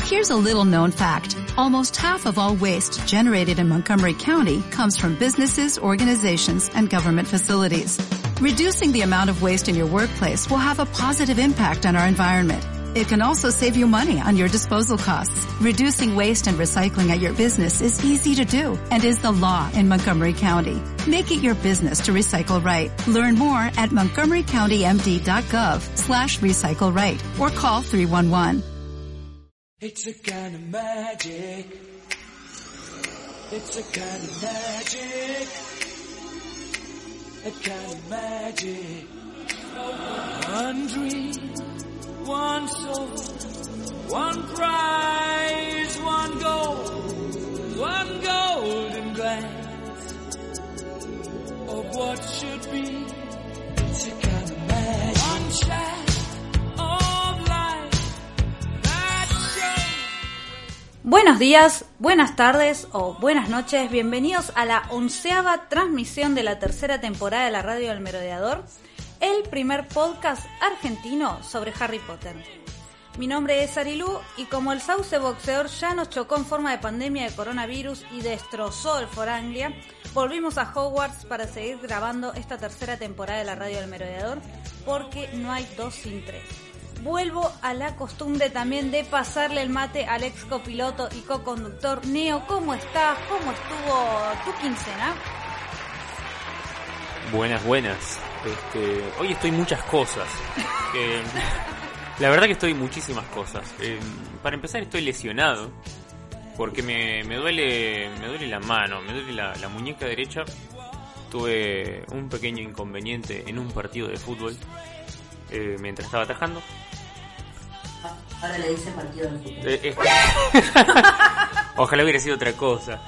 Here's a little known fact. Almost half of all waste generated in Montgomery County comes from businesses, organizations, and government facilities. Reducing the amount of waste in your workplace will have a positive impact on our environment. It can also save you money on your disposal costs. Reducing waste and recycling at your business is easy to do and is the law in Montgomery County. Make it your business to recycle right. Learn more at montgomerycountymd.gov/recycle right or call 311. It's a kind of magic. It's a kind of magic. A kind of magic. One dream, one soul, one prize, one golden glance of what should be. It's a kind of magic. One shaft of light that shines. Buenos días, buenas tardes o buenas noches. Bienvenidos a la 11ª transmisión de la tercera temporada de la Radio del Merodeador, el primer podcast argentino sobre Harry Potter. Mi nombre es Arilú y como el sauce boxeador ya nos chocó en forma de pandemia de coronavirus y destrozó el Foranglia, volvimos a Hogwarts para seguir grabando esta tercera temporada de la Radio del Merodeador, porque no hay 2 sin 3. Vuelvo a la costumbre también de pasarle el mate al ex copiloto y co-conductor Neo. ¿Cómo estás? ¿Cómo estuvo tu quincena? Buenas. Hoy estoy muchas cosas. La verdad que estoy muchísimas cosas. Para empezar, estoy lesionado porque me duele la mano, me duele la muñeca derecha. Tuve un pequeño inconveniente en un partido de fútbol mientras estaba atajando. Ahora le dice partido de fútbol. Ojalá hubiera sido otra cosa.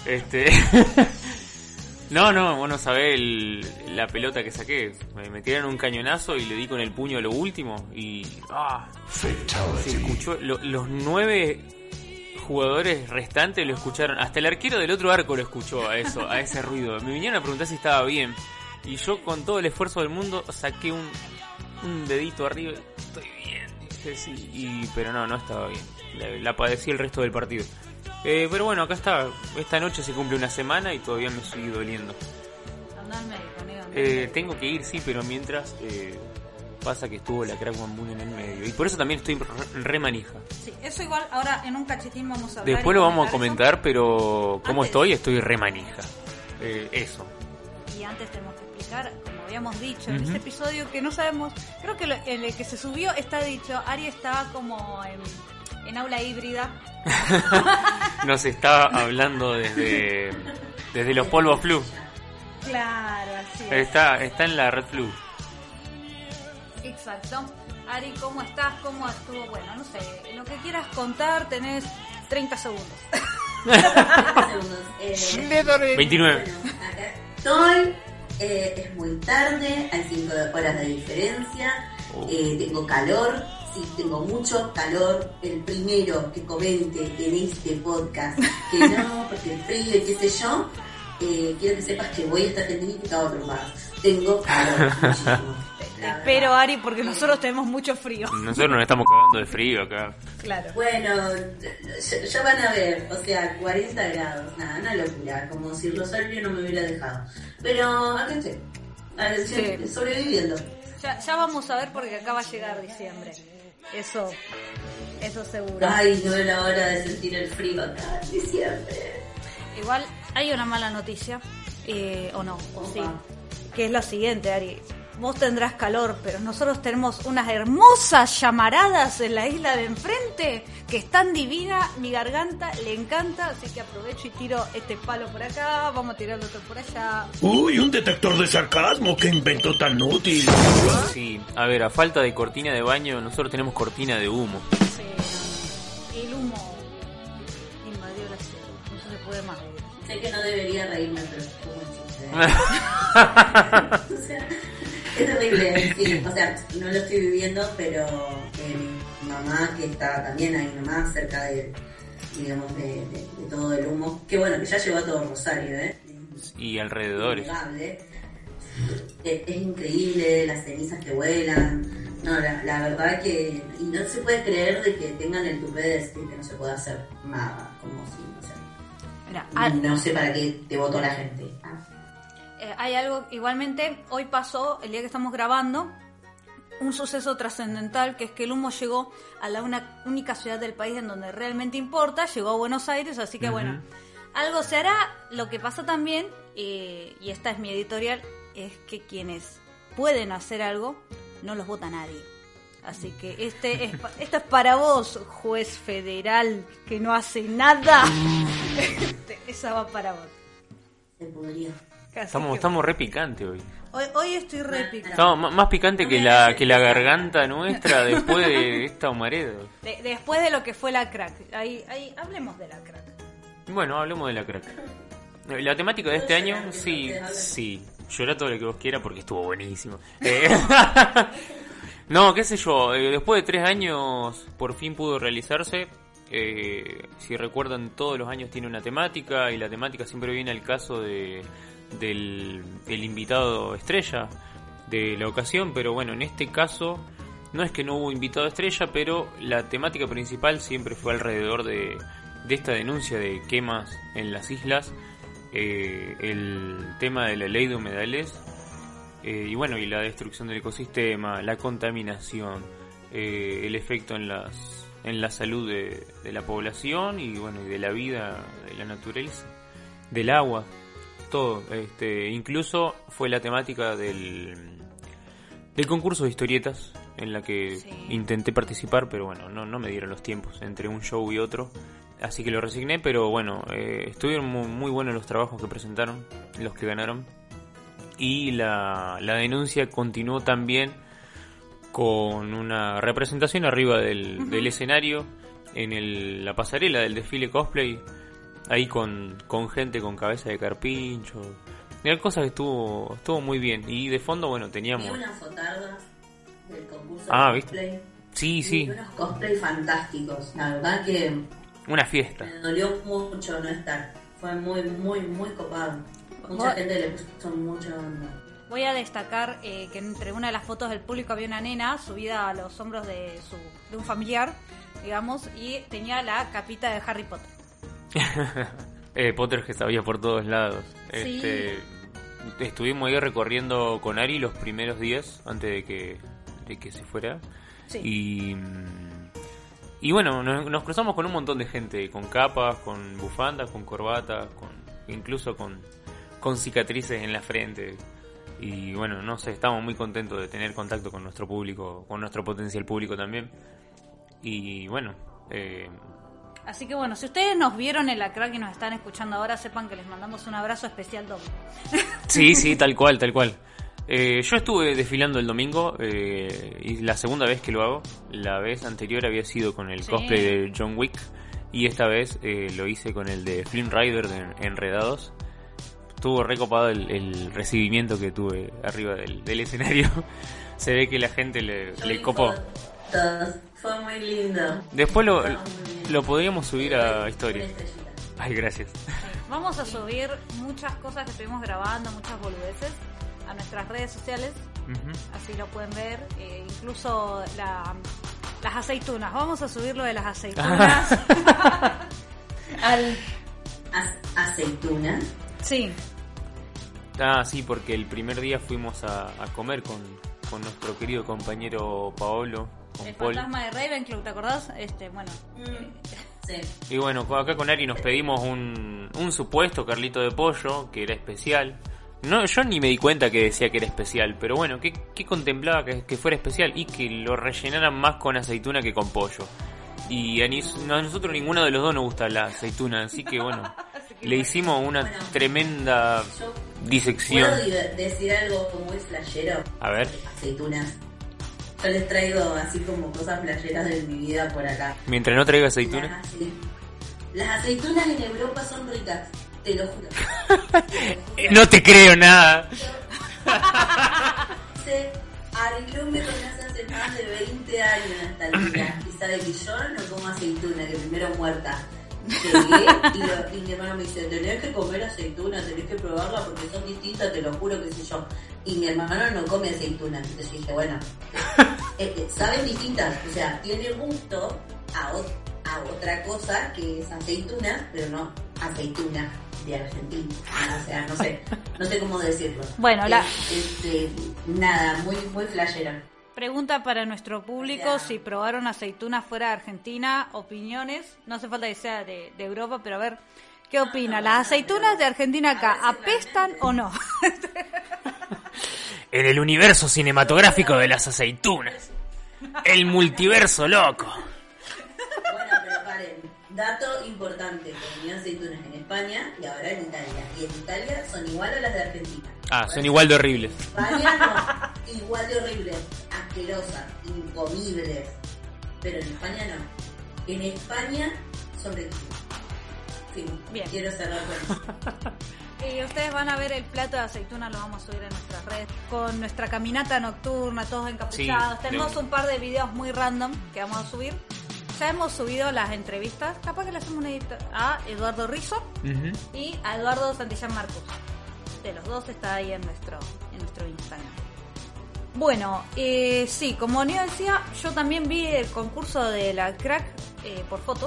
No, vos no sabés la pelota que saqué. Me tiraron un cañonazo y le di con el puño lo último y se escuchó. Los 9 jugadores restantes lo escucharon. Hasta el arquero del otro arco lo escuchó a ese ruido. Me vinieron a preguntar si estaba bien y yo con todo el esfuerzo del mundo saqué un dedito arriba. Estoy bien, dije sí, pero no estaba bien. La padecí el resto del partido. Pero bueno, acá está. Esta noche se cumple una semana y todavía me sigue doliendo. Andá al médico, Neo. Tengo que ir, sí, pero mientras pasa que estuvo la Crack One Moon en el medio. Y por eso también estoy re manija. Sí, eso igual ahora en un cachetín vamos a hablar. Después lo vamos a comentar, eso. pero ¿cómo estoy re manija. Eso. Y antes tenemos que explicar, como habíamos dicho en este episodio, que no sabemos, creo que en el que se subió está dicho, Ari estaba como en aula híbrida. Nos está hablando desde los polvos flu. Claro, así es. Está en la red flu. Exacto. Ari, ¿cómo estás? ¿Cómo estuvo? Bueno, no sé, lo que quieras contar, tenés 30 segundos. 30 segundos. 29. Bueno, acá estoy. Es muy tarde, hay 5 horas de diferencia. Tengo calor. Sí, tengo mucho calor. El primero que comente en este podcast que no, porque el frío y qué sé yo, quiero que sepas que voy a estar Argentina y te cago trompada. Tengo calor, muchísimo. Te espero, Ari, porque nosotros tenemos mucho frío. Nosotros nos estamos cagando de frío acá. Claro. Bueno, ya van a ver, o sea, 40 grados, nada, una locura, como si Rosario no me hubiera dejado. Pero acá estoy, Sí. sobreviviendo. Ya vamos a ver porque acá va a llegar diciembre. Eso seguro. Ay, no es la hora de sentir el frío acá en diciembre. Igual hay una mala noticia, o no, o sí, que es la siguiente, Ari. Vos tendrás calor, pero nosotros tenemos unas hermosas llamaradas en la isla de enfrente que es tan divina, mi garganta le encanta, así que aprovecho y tiro este palo por acá, vamos a tirar otro por allá. Uy, un detector de sarcasmo, qué invento tan útil. Sí, a ver, a falta de cortina de baño, nosotros tenemos cortina de humo. Sí, no. El humo invadió la ciudad, no se puede más. Sé que no debería reírme, pero es como un chiste. O sea, es terrible, sí, o sea, no lo estoy viviendo, pero mi mamá, que está también ahí nomás, cerca de todo el humo, que bueno, que ya llegó a todo Rosario, Y alrededores. Innegable. es increíble, las cenizas que vuelan. No, la verdad que... Y no se puede creer de que tengan el tupé de decir que no se puede hacer nada, como si, no sé. Mira, no sé para qué te votó la gente. Hay algo, igualmente, hoy pasó, el día que estamos grabando, un suceso trascendental, que es que el humo llegó a la única ciudad del país en donde realmente importa, llegó a Buenos Aires, así que bueno, algo se hará. Lo que pasa también, y esta es mi editorial, es que quienes pueden hacer algo, no los vota nadie. Así que esto es para vos, juez federal, que no hace nada. Esa va para vos. Se podría. Estamos re picantes hoy. Hoy estoy re picante. Estamos más picante que la garganta nuestra después de esta humareda. Después de lo que fue la crack. Ahí hablemos de la crack. Bueno, hablemos de la crack. La temática de este año, sí. Llorá todo lo que vos quieras porque estuvo buenísimo. No, qué sé yo, después de 3 años por fin pudo realizarse. Si recuerdan, todos los años tiene una temática y la temática siempre viene al caso del invitado estrella de la ocasión, pero bueno, en este caso no es que no hubo invitado estrella, pero la temática principal siempre fue alrededor de esta denuncia de quemas en las islas, el tema de la ley de humedales, y bueno, y la destrucción del ecosistema, la contaminación, el efecto en la salud de la población y bueno, y de la vida, de la naturaleza, del agua, todo. Incluso fue la temática del concurso de historietas en la que intenté participar, pero bueno, no me dieron los tiempos entre un show y otro, así que lo resigné. Pero bueno, estuvieron muy buenos los trabajos que presentaron, los que ganaron, y la denuncia continuó también con una representación arriba del escenario, en la pasarela del desfile cosplay, ahí con gente con cabeza de carpincho. Eran cosas que estuvo muy bien. Y de fondo, bueno, teníamos... Vi unas fotardas del concurso de ¿viste? cosplay. Sí. Vi unos cosplay fantásticos. La verdad que... Una fiesta. Me dolió mucho no estar. Fue muy copado. Mucha gente le puso mucha onda. Voy a destacar que entre una de las fotos del público había una nena subida a los hombros de un familiar, digamos, y tenía la capita de Harry Potter. Potter que sabía por todos lados. Sí. Estuvimos ahí recorriendo con Ari los primeros días antes de que se fuera. Sí. Y bueno, nos cruzamos con un montón de gente, con capas, con bufandas, con corbatas, incluso con cicatrices en la frente. Y bueno, no sé, estamos muy contentos de tener contacto con nuestro público, con nuestro potencial público también. Y bueno, así que bueno, si ustedes nos vieron en la crack y nos están escuchando ahora, sepan que les mandamos un abrazo especial doble. Sí, tal cual. Yo estuve desfilando el domingo, y la segunda vez que lo hago. La vez anterior había sido con el cosplay de John Wick, y esta vez lo hice con el de Flynn Rider de Enredados. Estuvo recopado el recibimiento que tuve arriba del escenario. Se ve que la gente le copó. Fue muy lindo. Después lo podríamos subir a historias. Ay, gracias. Vamos a subir muchas cosas que estuvimos grabando, muchas boludeces, a nuestras redes sociales. Así lo pueden ver. Incluso las aceitunas. Vamos a subir lo de las aceitunas. ¿Aceituna? Sí. Sí, porque el primer día fuimos a comer con nuestro querido compañero Paolo, con el Paul. fantasma de Ravenclaw, ¿te acordás? Bueno. Sí. Y bueno, acá con Ari nos pedimos un supuesto Carlito de pollo, que era especial. No, yo ni me di cuenta que decía que era especial, pero bueno, ¿qué contemplaba que fuera especial? Y que lo rellenaran más con aceituna que con pollo. Y a nosotros ninguno de los dos nos gusta la aceituna, así que bueno, le hicimos una tremenda disección. ¿Puedo decir algo muy flashero? A ver. Aceitunas. Yo les traigo así como cosas flasheras de mi vida por acá. Mientras no traiga aceituna. Las aceitunas en Europa son ricas, te lo juro. No te creo nada. Se arreglóme con eso hace más de 20 años hasta el día. Y sabe que yo no como aceituna, que primero muerta. Llegué y mi hermano me dice, tenés que comer aceituna, tenés que probarla porque son distintas, te lo juro, qué sé yo. Y mi hermano no come aceituna. Entonces dije, bueno, saben distintas, o sea, tiene gusto a otra cosa que es aceituna, pero no aceituna de Argentina. O sea, no sé cómo decirlo. Bueno, nada, muy flashera. Pregunta para nuestro público, si probaron aceitunas fuera de Argentina, opiniones, no hace falta que sea de Europa, pero a ver, ¿qué opina? ¿Las aceitunas de Argentina acá apestan o no? En el universo cinematográfico de las aceitunas. El multiverso loco. Bueno, pero paren, dato importante, comí aceitunas en España y ahora en Italia. Y en Italia son igual a las de Argentina. Ah, son igual de horribles. España no, igual de horribles, asquerosas, incomibles. Pero en España no. En España son riquísimas. Sí, bien. Quiero cerrar con eso. Y ustedes van a ver el plato de aceituna, lo vamos a subir en nuestras redes, con nuestra caminata nocturna, todos encapuchados. Sí, tenemos un par de videos muy random que vamos a subir. Ya hemos subido las entrevistas, capaz que le hacemos una a Eduardo Rizzo y a Eduardo Santillán Marcos. De los dos está ahí en nuestro Instagram. Bueno, sí, como Neo decía, yo también vi el concurso de la Crack por fotos,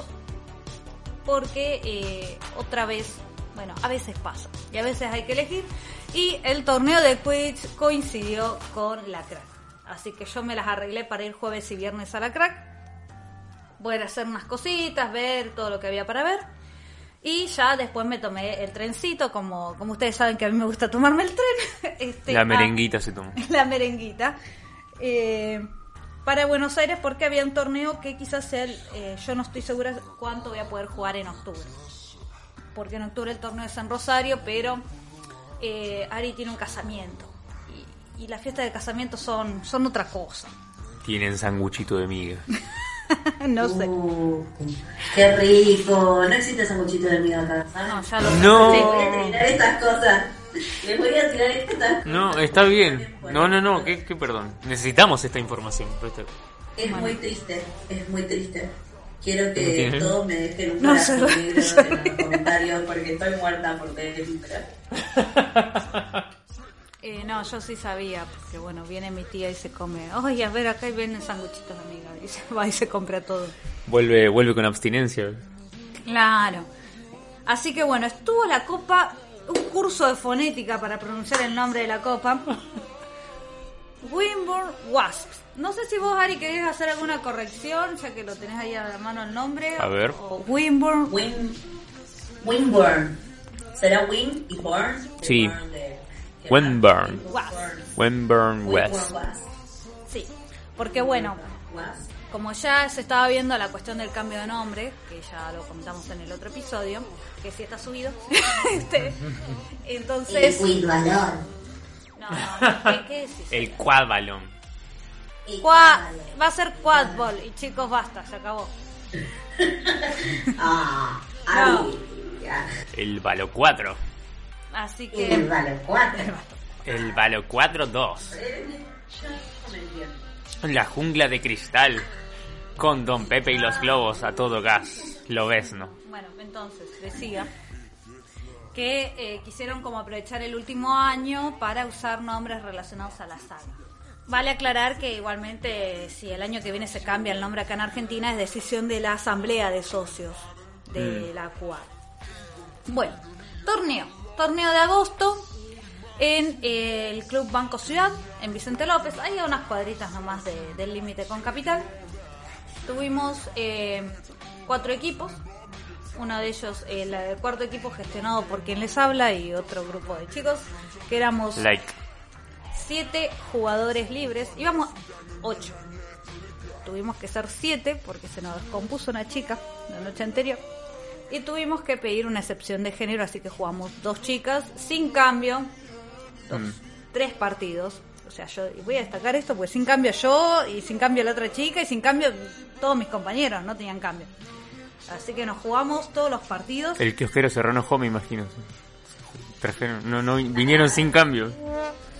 porque otra vez, bueno, a veces pasa y a veces hay que elegir, y el torneo de Quidditch coincidió con la Crack, así que yo me las arreglé para ir jueves y viernes a la Crack. Voy a hacer unas cositas, ver todo lo que había para ver. Y ya después me tomé el trencito, como ustedes saben que a mí me gusta tomarme el tren. La merenguita se tomó. La merenguita. Para Buenos Aires, porque había un torneo que quizás sea yo no estoy segura cuánto voy a poder jugar en octubre. Porque en octubre el torneo es en Rosario, pero Ari tiene un casamiento. Y las fiestas de casamiento son otra cosa. Tienen sanguchito de miga. No sé. Qué rico. No existe sanguchito de miga acá, ¿sabes? No, ya lo sé. No. Les voy a tirar estas cosas. Les voy a tirar estas cosas. No, está bien. No. ¿Qué perdón? Necesitamos esta información. Es muy triste. Quiero que todos me dejen un corazón negro en los comentarios porque estoy muerta por Twitter. No, yo sí sabía, porque bueno, viene mi tía y se come. Oye, a ver, acá vienen sanguchitos, amiga. Y se va y se compra todo. Vuelve con abstinencia. Claro. Así que bueno, estuvo la copa, un curso de fonética para pronunciar el nombre de la copa. Wimborne Wasps. No sé si vos, Ari, querés hacer alguna corrección, ya que lo tenés ahí a la mano el nombre. A ver. O Wimborne. Wimborne. ¿Será Wim y Born? Sí. Wimborne West. Sí, porque bueno, como ya se estaba viendo la cuestión del cambio de nombre, que ya lo comentamos en el otro episodio, que sí está subido. Entonces. El Quidbalón. No, ¿qué decís? El Quadbalón. Va a ser Quadball y chicos, basta, se acabó. El Valo 4. Así que. El Valo 4. El Valo 4-2. La jungla de cristal. Con Don Pepe y los globos a todo gas. Lo ves, ¿no? Bueno, entonces decía que quisieron como aprovechar el último año para usar nombres relacionados a la saga. Vale aclarar que igualmente si el año que viene se cambia el nombre acá en Argentina es decisión de la asamblea de socios de la CUAD. Bueno, torneo de agosto en el Club Banco Ciudad, en Vicente López, ahí a unas cuadritas nomás del límite con Capital. Tuvimos 4 equipos, uno de ellos, el cuarto equipo gestionado por quien les habla y otro grupo de chicos, que éramos 7 jugadores libres, íbamos 8. Tuvimos que ser 7 porque se nos descompuso una chica la noche anterior y tuvimos que pedir una excepción de género, así que jugamos 2 chicas sin cambio, 3 partidos. O sea, yo voy a destacar esto porque sin cambio yo y sin cambio la otra chica y sin cambio todos mis compañeros no tenían cambio. Así que nos jugamos todos los partidos. El kiosquero se enojó, me imagino. Trajeron, no vinieron sin cambio.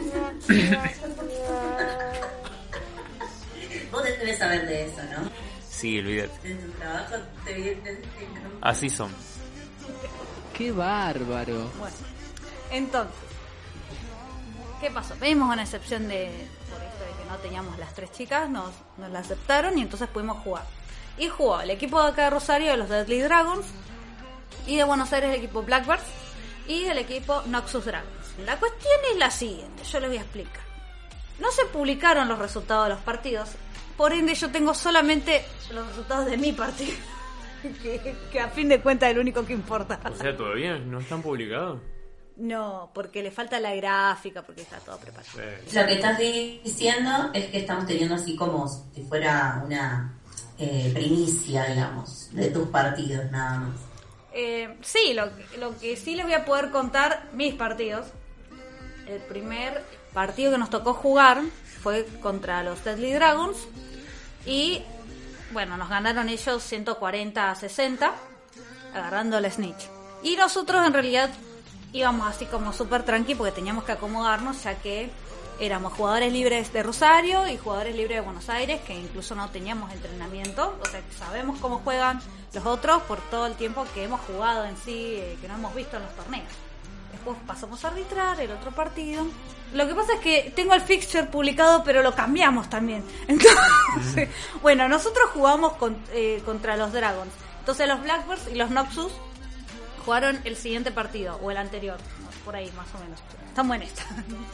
Vos debes saber de eso, ¿no? Sí, olvídate. En tu trabajo te vienen. Así son. ¡Qué bárbaro! Bueno, entonces, ¿qué pasó? Pedimos una excepción por esto de que no teníamos las 3 chicas, nos la aceptaron y entonces pudimos jugar. Y jugó el equipo de acá de Rosario, de los Deadly Dragons, y de Buenos Aires el equipo Blackbirds, y el equipo Noxus Dragons. La cuestión es la siguiente, yo les voy a explicar. No se publicaron los resultados de los partidos, por ende yo tengo solamente los resultados de mi partido, que a fin de cuentas es el único que importa. O sea, ¿todavía no están publicados? No, porque le falta la gráfica, porque está todo preparado. Lo que estás diciendo es que estamos teniendo así como si fuera una primicia, digamos, de tus partidos nada más. Sí, lo que sí les voy a poder contar, mis partidos. El primer partido que nos tocó jugar fue contra los Deadly Dragons y, bueno, nos ganaron ellos 140-60 agarrando el snitch. Y nosotros en realidad íbamos así como súper tranqui porque teníamos que acomodarnos, ya que éramos jugadores libres de Rosario y jugadores libres de Buenos Aires, que incluso no teníamos entrenamiento, o sea que sabemos cómo juegan los otros por todo el tiempo que hemos jugado en sí, que no hemos visto en los torneos. Después pasamos a arbitrar el otro partido. Lo que pasa es que tengo el fixture publicado, pero lo cambiamos también. Entonces, bueno, nosotros jugamos contra los Dragons. Entonces los Blackbirds y los Noxus jugaron el siguiente partido, o el anterior, por ahí más o menos. Estamos en esta.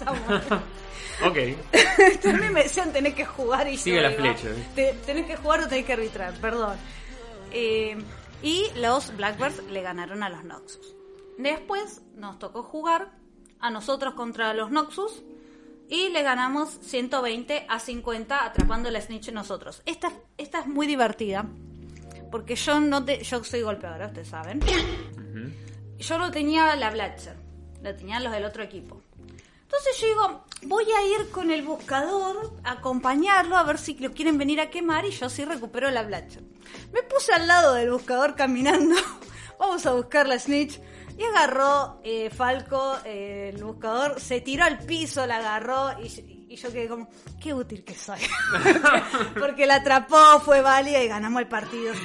Ok. También me decían tenés que jugar y sigue yo la digo, flecha. Tenés que jugar o tenés que arbitrar, perdón. Y los Blackbirds le ganaron a los Noxus. Después nos tocó jugar a nosotros contra los Noxus y le ganamos 120-50 atrapando la snitch nosotros. Esta es muy divertida porque yo soy golpeadora, ustedes saben. Yo no tenía la Blatcher, la tenían los del otro equipo. Entonces yo digo, voy a ir con el buscador a acompañarlo a ver si lo quieren venir a quemar y yo sí recupero la Blatcher. Me puse al lado del buscador caminando, vamos a buscar la snitch. Y agarró Falco, el buscador, se tiró al piso, la agarró y yo quedé como, qué útil que soy. Porque la atrapó, fue válida y ganamos el partido 120-50.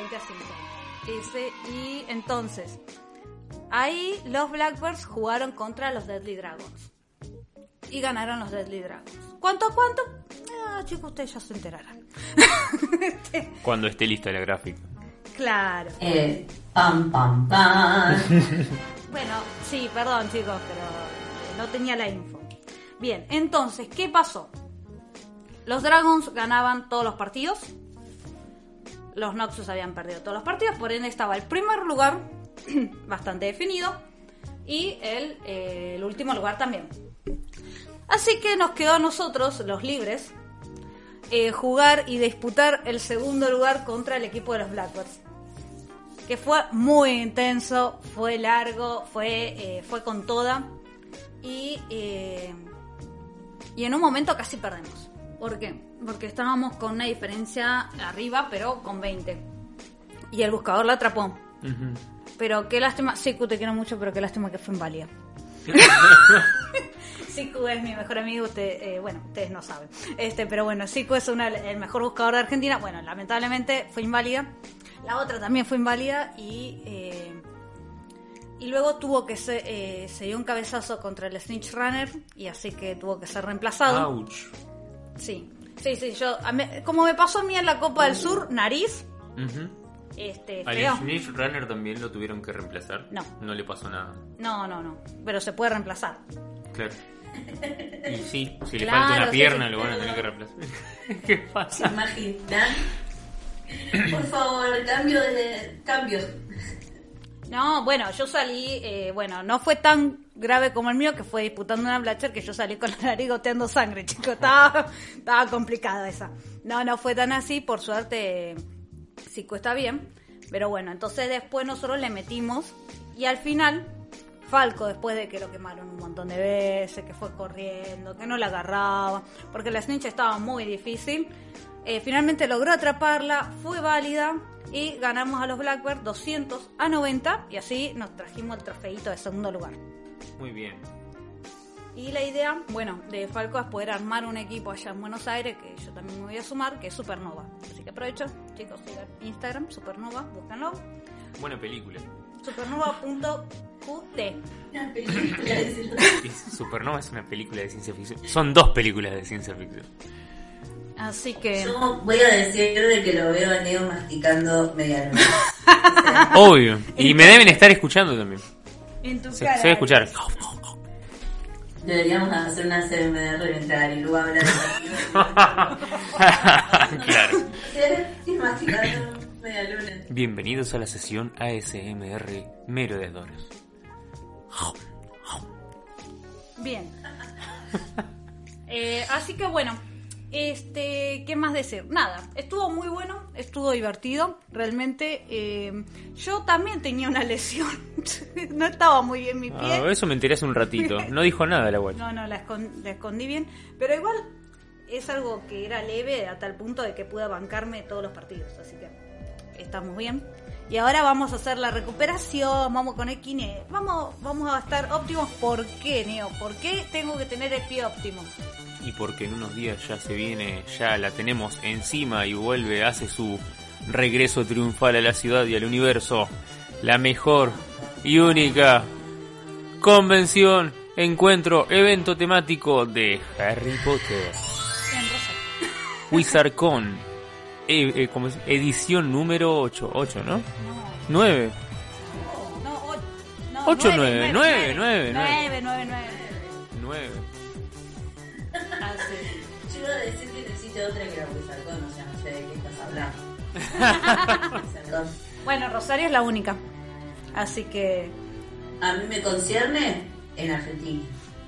Y entonces, ahí los Blackbirds jugaron contra los Deadly Dragons. Y ganaron los Deadly Dragons. ¿Cuánto? Chicos, ustedes ya se enterarán. Cuando esté lista la gráfica. Claro. Pam, pam, pam. Bueno, sí, perdón chicos, pero no tenía la info. Bien, entonces, ¿qué pasó? Los Dragons ganaban todos los partidos. Los Noxus habían perdido todos los partidos, por ende estaba el primer lugar bastante definido y el último lugar también. Así que nos quedó a nosotros, los libres, jugar y disputar el segundo lugar contra el equipo de los Blackbirds, que fue muy intenso, fue largo, fue con toda y en un momento casi perdemos. ¿Por qué? Porque estábamos con una diferencia arriba, pero con 20 y el buscador la atrapó. Pero qué lástima, Siku, te quiero mucho, pero qué lástima que fue inválida. Siku es mi mejor amigo, ustedes no saben. Pero bueno, Siku es el mejor buscador de Argentina. Bueno, lamentablemente fue inválida. La otra también fue inválida y luego tuvo que se dio un cabezazo contra el Snitch Runner y así que tuvo que ser reemplazado. Ouch. Sí, como me pasó a mí en la Copa del Sur, nariz. ¿Al feo. Snitch Runner también lo tuvieron que reemplazar? No. No le pasó nada. No, pero se puede reemplazar. Claro. Y sí, si le Claro, falta una pierna sí. lo van a tener que reemplazar. ¿Qué pasa? ¿Se imaginan? Por favor, cambios. No, bueno, yo salí, no fue tan grave como el mío, que fue disputando una Blatcher, que yo salí con la nariz goteando sangre, chicos, estaba complicada esa. No fue tan así, por suerte, Siku está bien, pero bueno, entonces después nosotros le metimos, y al final, Falco, después de que lo quemaron un montón de veces, que fue corriendo, que no la agarraba, porque la snitch estaba muy difícil, finalmente logró atraparla, fue válida, y ganamos a los Blackbirds 200-90 y así nos trajimos el trofeito de segundo lugar. Muy bien. Y la idea, bueno, de Falco es poder armar un equipo allá en Buenos Aires, que yo también me voy a sumar, que es Supernova. Así que aprovecho, chicos, sigan Instagram, Supernova, búscanlo. Buena película. Supernova.qt. Una película de Supernova es una película de ciencia ficción. Son 2 películas de ciencia ficción. Así que... Yo voy a decir de que lo veo a Neo masticando medialuna. Obvio. Y me deben estar escuchando también. En tu Se cara. debe escuchar. Deberíamos hacer una CMR mientras Arilu habla de Claro. y masticando medialuna. Bienvenidos a la sesión ASMR Merodeadores. Bien. Así que bueno, ¿qué más decir? Nada, estuvo muy bueno, estuvo divertido, realmente. Yo también tenía una lesión, no estaba muy bien mi pie. Eso me enteré hace un ratito. No dijo nada la guacha. No, la escondí bien, pero igual es algo que era leve a tal punto de que pude bancarme todos los partidos, así que estamos bien. Y ahora vamos a hacer la recuperación, vamos con Equine, vamos a estar óptimos. ¿Por qué, Neo? ¿Por qué tengo que tener el pie óptimo? Y porque en unos días ya se viene, ya la tenemos encima y vuelve, hace su regreso triunfal a la ciudad y al universo. La mejor y única convención, encuentro, evento temático de Harry Potter. WizardCon. ¿Cómo es? Edición número 8, ¿no? 9. No, 8, 9. 9. Yo iba a decir que no existe otra que la WizardCon, o sea, no sé de qué estás hablando. Bueno, Rosario es la única, así que... A mí me concierne en Argentina.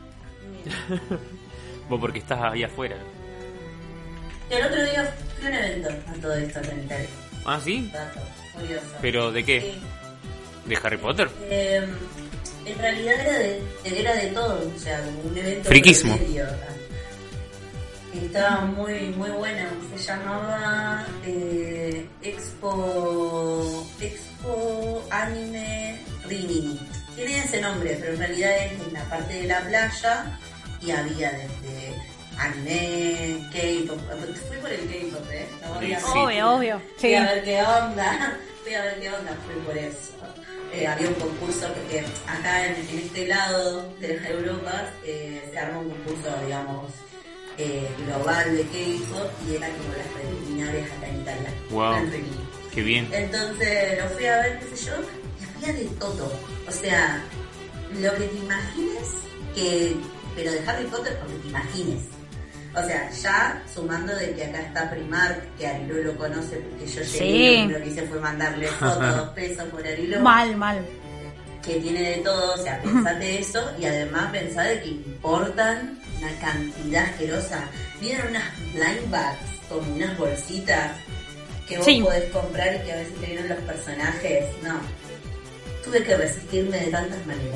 Vos porque estás ahí afuera. El otro día fui a un evento a todo esto en Italia. ¿Ah, sí? Dato curioso. ¿Pero de qué? Sí. ¿De Harry Potter? En realidad era de todo, o sea, como un evento Friquismo. medio. Estaba muy bueno, se llamaba Expo Anime Rimini. Tiene ese nombre, pero en realidad es en la parte de la playa y había desde anime, K-pop. Fui por el K-pop, No voy a Sí. Obvio. Fui a ver qué onda, fui por eso. Había un concurso, porque acá en este lado de las Europas se arma un concurso, digamos, global de K-pop y era como las preliminares acá en Italia. Wow, En Rimini. qué bien. Entonces lo fui a ver, qué sé yo, y había de todo. O sea, lo que te imagines, pero de Harry Potter, lo que te imagines. O sea, ya sumando de que acá está Primark, que Arilu lo conoce porque yo llegué y lo que hice fue mandarle fotos, 2 pesos por Arilu. Mal. Que tiene de todo, o sea, pensate eso y además pensá de que importan una cantidad asquerosa. Vienen unas blind bags, como unas bolsitas que vos podés comprar y que a veces te vienen los personajes. No, tuve que resistirme de tantas maneras,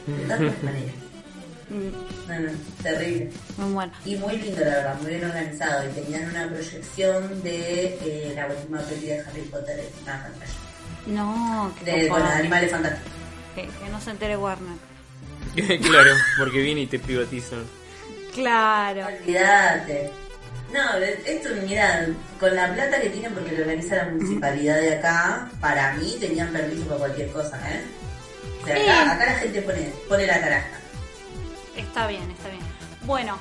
No, terrible. Muy bueno. Y muy lindo, la verdad, muy bien organizado. Y tenían una proyección de la última película de Harry Potter en una pantalla. No, Con los animales fantásticos. Que no se entere Warner. Claro, porque viene y te privatizan. Claro. Olvídate. No, esto, mira, con la plata que tienen porque lo organiza la municipalidad de acá, para mí tenían permiso para cualquier cosa, O sea, acá la gente pone la caraja. Está bien. Bueno,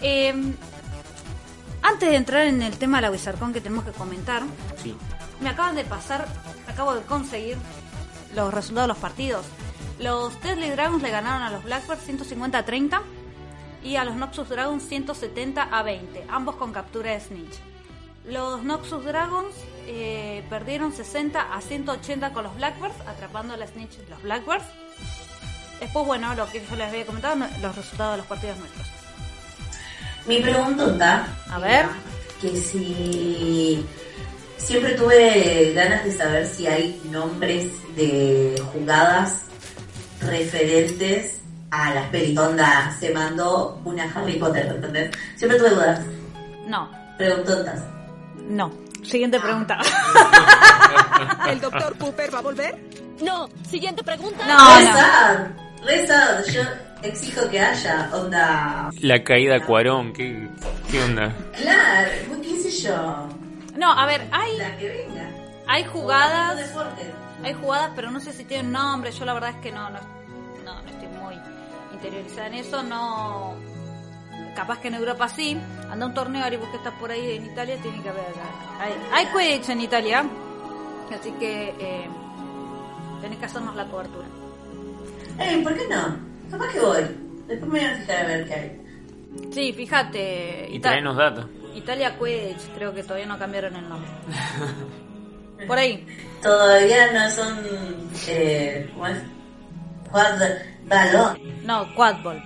antes de entrar en el tema de la WizardCon que tenemos que comentar, Sí. acabo de conseguir los resultados de los partidos. Los Deadly Dragons le ganaron a los Blackbirds 150-30 y a los Noxus Dragons 170-20, ambos con captura de Snitch. Los Noxus Dragons perdieron 60-180 con los Blackbirds, atrapando a la Snitch de los Blackbirds. Después, bueno, lo que yo les había comentado, los resultados de los partidos nuestros. Mi pregunta, A ver. Que si siempre tuve ganas de saber si hay nombres de jugadas referentes a las pelis. Onda, se mandó una Harry Potter, ¿entendés? Siempre tuve dudas. No. Preguntontas. No. Siguiente pregunta. ¿El Dr. Pooper va a volver? No. Siguiente pregunta. No. Re sad. Yo exijo que haya, onda... La caída de Cuarón, ¿qué onda? Claro, qué sé yo. No, a ver, hay La que venga. hay jugadas, Deporte. pero no sé si tienen nombre. Yo la verdad es que no estoy muy interiorizada en eso. No, capaz que en Europa sí. Anda un torneo, Ari, vos que estás por ahí en Italia, tiene que haber. Hay Quidditch en Italia, así que tenés que hacernos la cobertura. ¿Por qué no? Capaz que voy. Después me voy a fijar a ver qué hay. Sí, fíjate. Y traenos datos. Italia Quidditch, creo que todavía no cambiaron el nombre. Por ahí. Todavía no son... ¿cómo es? Balón. No, Quadball.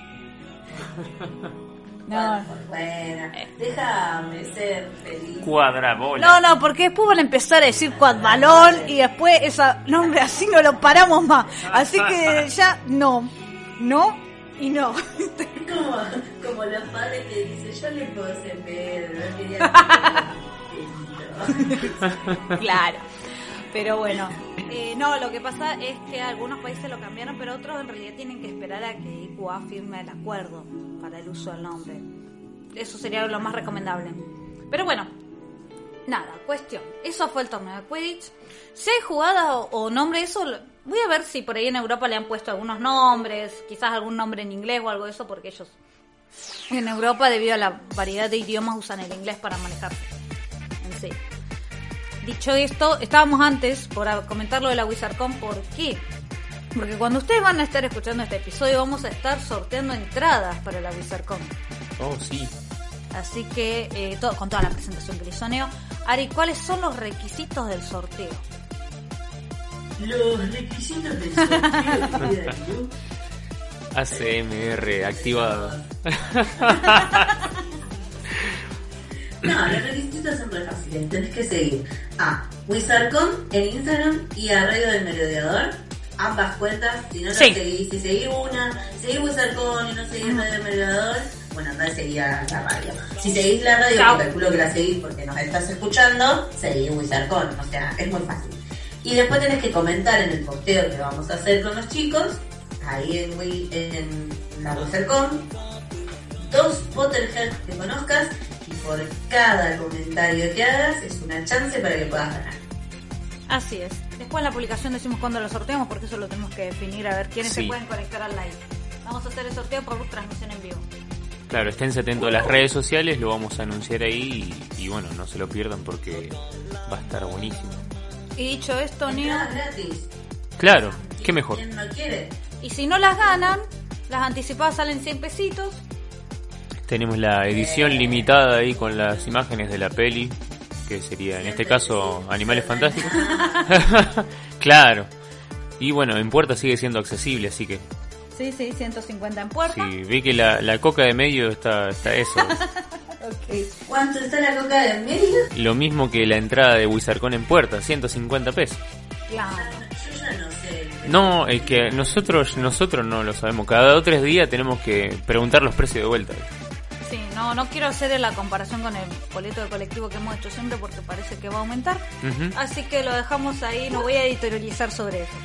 No. Bueno, déjame ser feliz. Cuadrabola. No, porque después van a empezar a decir Quadbalón y después ese nombre así no lo paramos más. Así que ya no y no. Como los padres que dicen, yo le puse Pedro, no quería... Claro. Pero bueno, no, lo que pasa es que algunos países lo cambiaron, pero otros en realidad tienen que esperar a que IQA firme el acuerdo para el uso del nombre. Eso sería lo más recomendable. Pero bueno, nada, cuestión. Eso fue el torneo de Quidditch. Si hay jugada o nombre, eso voy a ver si por ahí en Europa le han puesto algunos nombres, quizás algún nombre en inglés o algo de eso, porque ellos en Europa, debido a la variedad de idiomas, usan el inglés para manejarse en sí. Dicho esto, estábamos antes por comentar lo de la WizardCon. ¿Por qué? Porque cuando ustedes van a estar escuchando este episodio, vamos a estar sorteando entradas para la WizardCon. Oh, sí. Así que, con toda la presentación que le hizo Neo. Ari, ¿cuáles son los requisitos del sorteo? Los requisitos del sorteo. ACMR activado. No, los requisitos son muy fáciles. Tenés que seguir a WizardCon en Instagram y a Radio del Merodeador. Ambas cuentas. Si no las seguís, si seguís seguís WizardCon y no seguís Radio del Merodeador, bueno, andá a seguir a la radio. Si seguís la radio, que calculo que la seguís porque nos estás escuchando, seguís WizardCon. O sea, es muy fácil. Y después tenés que comentar en el posteo que vamos a hacer con los chicos, ahí en la WizardCon, 2 Potterheads que conozcas. Y por cada comentario que hagas es una chance para que puedas ganar. Así es. Después en la publicación decimos cuándo lo sorteamos, porque eso lo tenemos que definir, a ver quiénes se pueden conectar al live. Vamos a hacer el sorteo por transmisión en vivo. Claro, esténse atentos a las redes sociales, lo vamos a anunciar ahí y bueno, no se lo pierdan porque va a estar buenísimo. Y dicho esto, Neo... gratis. Claro, qué mejor. ¿Quién no quiere? Y si no las ganan, las anticipadas salen 100 pesitos. Tenemos la edición limitada ahí con las imágenes de la peli, que sería en este caso Animales Fantásticos. Claro. Y bueno, en puerta sigue siendo accesible, así que... Sí, 150 en puerta. Sí, vi que la coca de medio está eso. Okay. ¿Cuánto está la coca de medio? Lo mismo que la entrada de WizardCon en puerta, 150 pesos. Claro. Yo ya no sé. No, es que nosotros no lo sabemos. Cada 2 o 3 días tenemos que preguntar los precios de vuelta. Sí, no quiero hacer la comparación con el boleto de colectivo que hemos hecho siempre porque parece que va a aumentar. Así que lo dejamos ahí, no voy a editorializar sobre eso.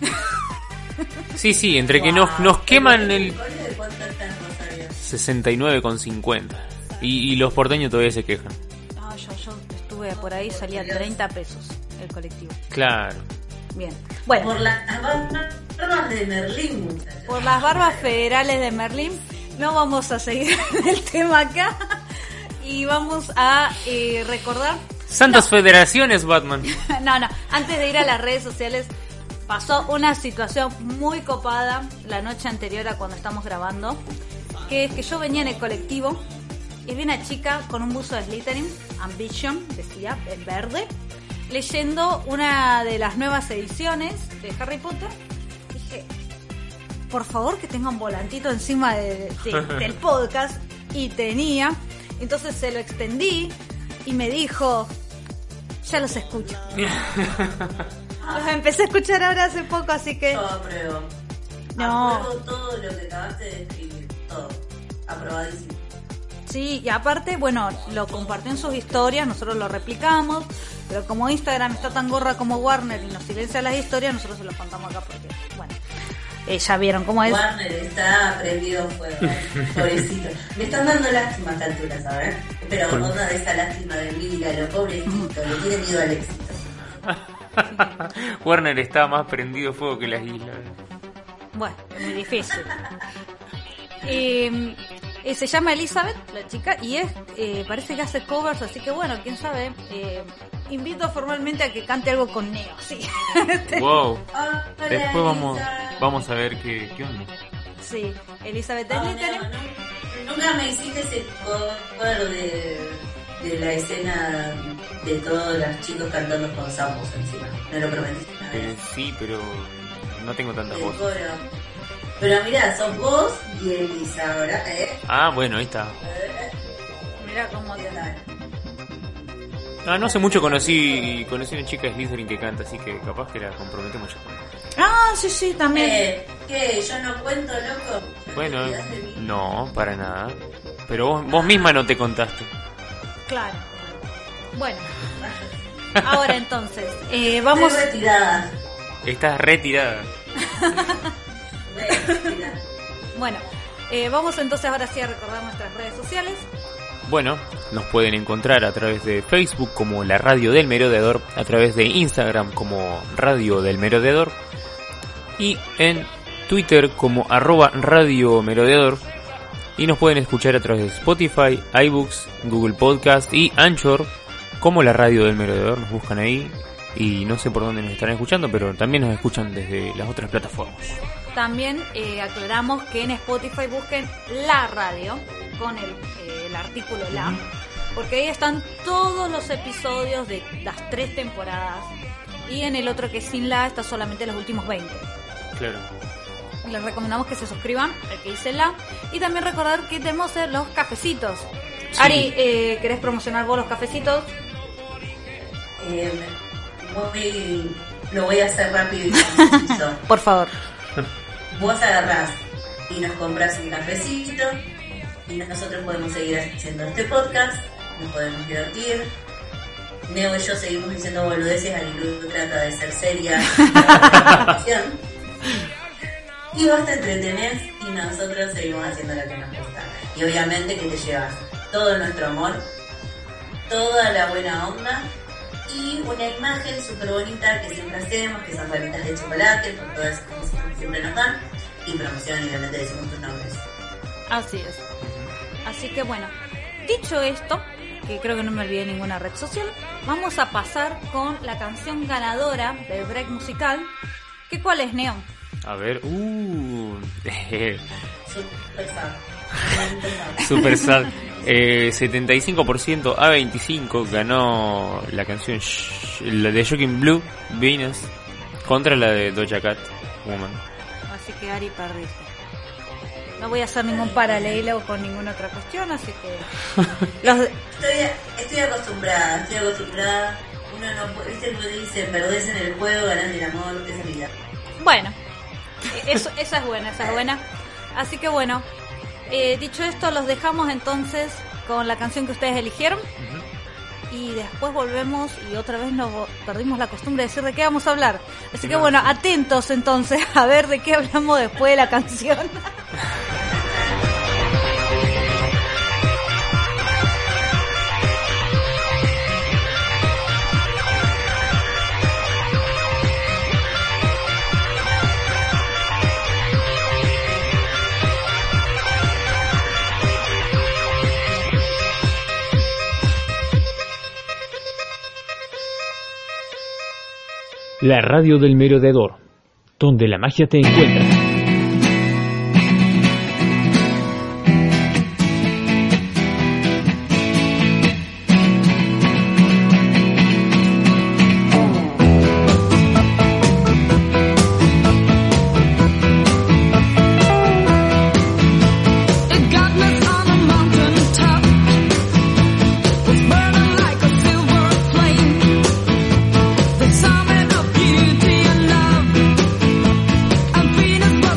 Sí, entre que nos queman el... ¿De cuánto está en Rosario? 69,50. Y los porteños todavía se quejan. No, yo estuve por ahí, salía 30 pesos el colectivo. Claro. Bien. Bueno. Por las barbas de Merlín, muchachos. Por las barbas federales de Merlín. No vamos a seguir el tema acá. Y vamos a recordar... Santas federaciones, Batman. No. Antes de ir a las redes sociales, pasó una situación muy copada la noche anterior a cuando estamos grabando. Que es que yo venía en el colectivo y vi una chica con un buzo de Slytherin, Ambition, decía, en verde, leyendo una de las nuevas ediciones de Harry Potter. Dije, por favor que tenga un volantito encima del podcast. Y tenía. Entonces se lo extendí y me dijo, ya los escucho. Los empecé a escuchar ahora hace poco, así que... Yo apruebo. No. Apruebo todo lo que acabaste de escribir. Todo. Aprobadísimo. Sí, y aparte, bueno, lo compartió en sus historias, nosotros lo replicamos, pero como Instagram está tan gorra como Warner y nos silencia las historias, nosotros se los contamos acá porque, bueno. Ya vieron cómo es. Warner está prendido fuego, pobrecito. Me están dando lástima a esta altura, ¿sabes? Pero onda de esa lástima de míralo, pobrecito, le tiene miedo al éxito. Warner está más prendido fuego que las islas. Bueno, es muy difícil. Se llama Elizabeth, la chica, y parece que hace covers, así que bueno, quién sabe. Invito formalmente a que cante algo con Neo, sí. Wow. Después vamos a ver qué onda. Sí, Elizabeth Oh, Slytherin. Nunca me hiciste ese cover de la escena de todos los chicos cantando con sapos encima. Me lo prometiste. Sí, pero no tengo tantas voces. Pero mirá, sos vos y Elisa ahora, Ah, bueno, ahí está. Mirá cómo te da. No hace mucho conocí una chica de Slytherin que canta, así que capaz que la comprometemos ya. Ah, sí, también. ¿Qué? ¿Yo no cuento, loco? Bueno, no, para nada. Pero vos misma no te contaste. Claro. Bueno. Ahora entonces, vamos... Estoy retirada. Estás retirada. Bueno, vamos entonces ahora sí a recordar nuestras redes sociales. Bueno, nos pueden encontrar a través de Facebook como La Radio del Merodeador, a través de Instagram como Radio del Merodeador y en Twitter como @Radio Merodeador, y nos pueden escuchar a través de Spotify, iBooks, Google Podcast y Anchor como La Radio del Merodeador. Nos buscan ahí y no sé por dónde nos están escuchando, pero también nos escuchan desde las otras plataformas. También aclaramos que en Spotify busquen La Radio con el artículo La, porque ahí están todos los episodios de las 3 temporadas, y en el otro que es sin La está solamente los últimos 20. Claro. Les recomendamos que se suscriban al que dice La, y también recordar que tenemos los cafecitos. Sí. Ari, ¿querés promocionar vos los cafecitos? Lo voy a hacer rápido y conciso. Por favor. Vos agarrás y nos compras un cafecito y nosotros podemos seguir haciendo este podcast, nos podemos divertir. Neo y yo seguimos diciendo boludeces, Arilu trata de ser seria y vos te entretenés y nosotros seguimos haciendo lo que nos gusta. Y obviamente que te llevas todo nuestro amor, toda la buena onda y una imagen súper bonita que siempre hacemos, que son palitas de chocolate, con todas esas cosas que siempre nos dan, y promoción, y obviamente decimos tus nombres. Así es. Así que bueno, dicho esto, que creo que no me olvidé ninguna red social, vamos a pasar con la canción ganadora del break musical. ¿Qué cuál es, Neo? A ver, Super sad. Super sad. 75% a 25 ganó la canción la de Shocking Blue, Venus, contra la de Doja Cat, Woman. Así que Ari, perdiste. No voy a hacer ningún paralelo con ninguna otra cuestión, así que... Estoy acostumbrada. Uno no puede, ¿viste lo que dice? Perdés en el juego, ganás el amor, esa es mi vida. Bueno, esa es buena. Así que bueno, dicho esto, los dejamos entonces con la canción que ustedes eligieron. Y después volvemos y otra vez nos perdimos la costumbre de decir de qué vamos a hablar. Así que bueno, atentos entonces a ver de qué hablamos después de la canción. La radio del merodeador, donde la magia te encuentra. Venus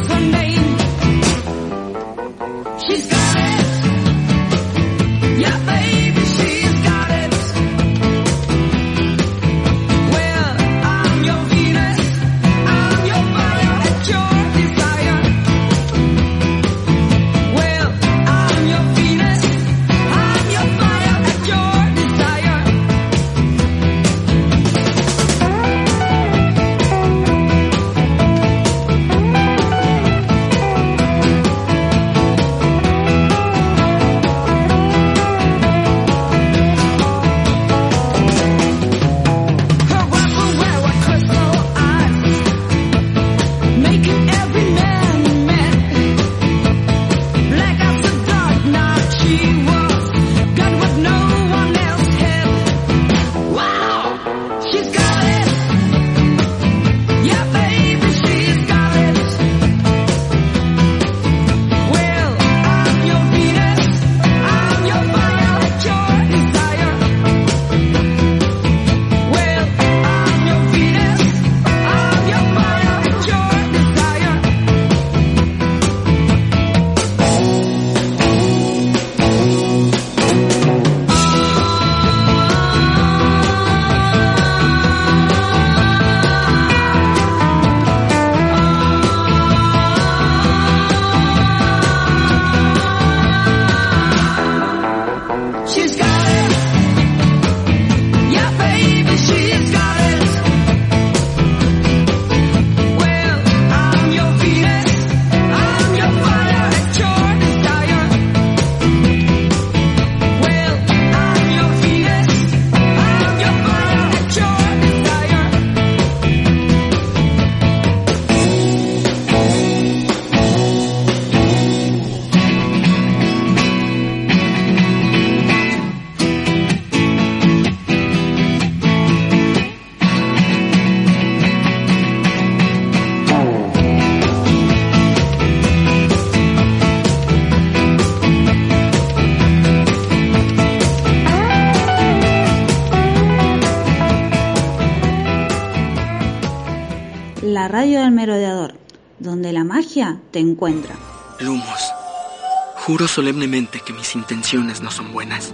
radio del merodeador, donde la magia te encuentra. Lumos, juro solemnemente que mis intenciones no son buenas.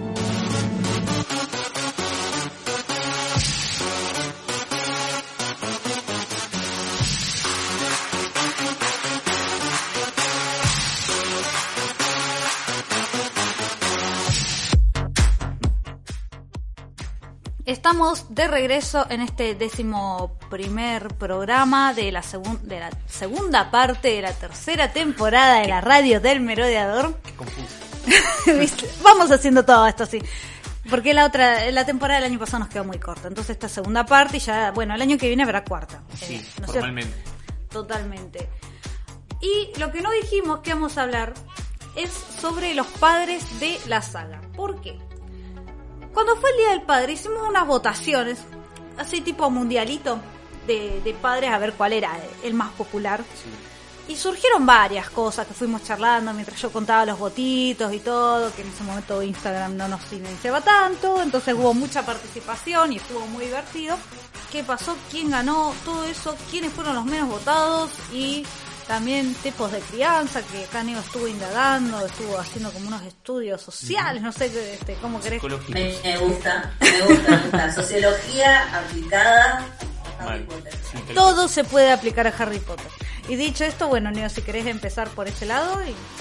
Estamos de regreso en este 11º programa de la segunda parte de la tercera temporada de la radio del merodeador. Qué confuso. Vamos haciendo todo esto así. Porque la temporada del año pasado nos quedó muy corta. Entonces esta segunda parte y ya, bueno, el año que viene habrá cuarta. Sí, ¿no formalmente. Totalmente. Y lo que no dijimos que vamos a hablar es sobre los padres de la saga. ¿Por qué? Cuando fue el Día del Padre hicimos unas votaciones, así tipo mundialito, de padres a ver cuál era el más popular. Sí. Y surgieron varias cosas que fuimos charlando mientras yo contaba los votitos y todo, que en ese momento Instagram no nos silenciaba tanto, entonces hubo mucha participación y estuvo muy divertido. ¿Qué pasó? ¿Quién ganó? Todo eso, quiénes fueron los menos votados y también tipos de crianza, que acá Neo estuvo indagando, estuvo haciendo como unos estudios sociales, no sé cómo querés. Me gusta. Sociología aplicada a Harry Potter. Todo se puede aplicar a Harry Potter. Y dicho esto, bueno, Neo, si querés empezar por ese lado.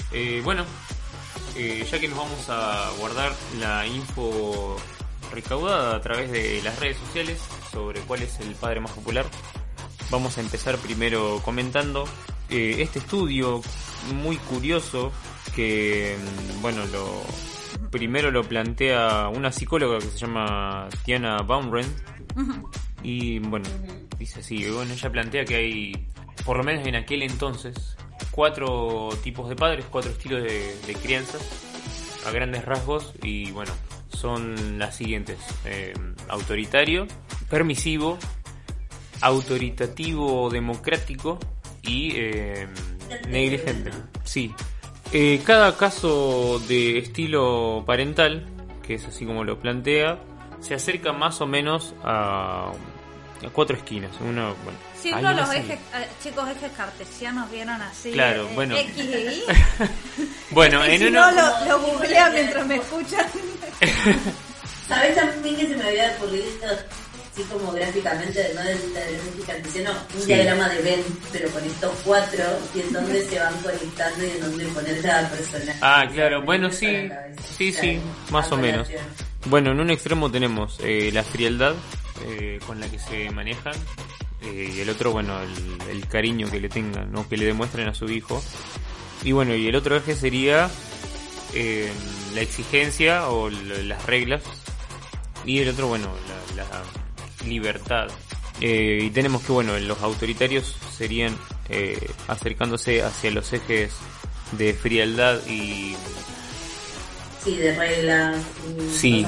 Ya que nos vamos a guardar la info recaudada a través de las redes sociales sobre cuál es el padre más popular, vamos a empezar primero comentando este estudio muy curioso que, primero lo plantea una psicóloga que se llama Tiana Baumren. Uh-huh. Y dice así, ella plantea que hay, por lo menos en aquel entonces, 4 tipos de padres, 4 estilos de crianza a grandes rasgos, y son las siguientes: autoritario, permisivo, autoritativo democrático y negligente. Sí. Cada caso de estilo parental, que es así como lo plantea, se acerca más o menos a 4 esquinas. Siempre los ejes cartesianos vieron así. Claro, X y Y. En si uno... no lo googlean mientras me escuchan. ¿Sabes también que se me había ocurrido, así como gráficamente, no del cartesiano, un diagrama de Venn, pero con estos 4 y en dónde se van conectando y en dónde poner cada persona? Ah, claro, sí, más o menos. En un extremo tenemos la frialdad con la que se manejan, y el otro, el cariño que le tengan, ¿no? Que le demuestren a su hijo. Y y el otro eje sería la exigencia o las reglas, y el otro, la libertad. Y tenemos que, los autoritarios serían acercándose hacia los ejes de frialdad y... Sí, de reglas. Sí,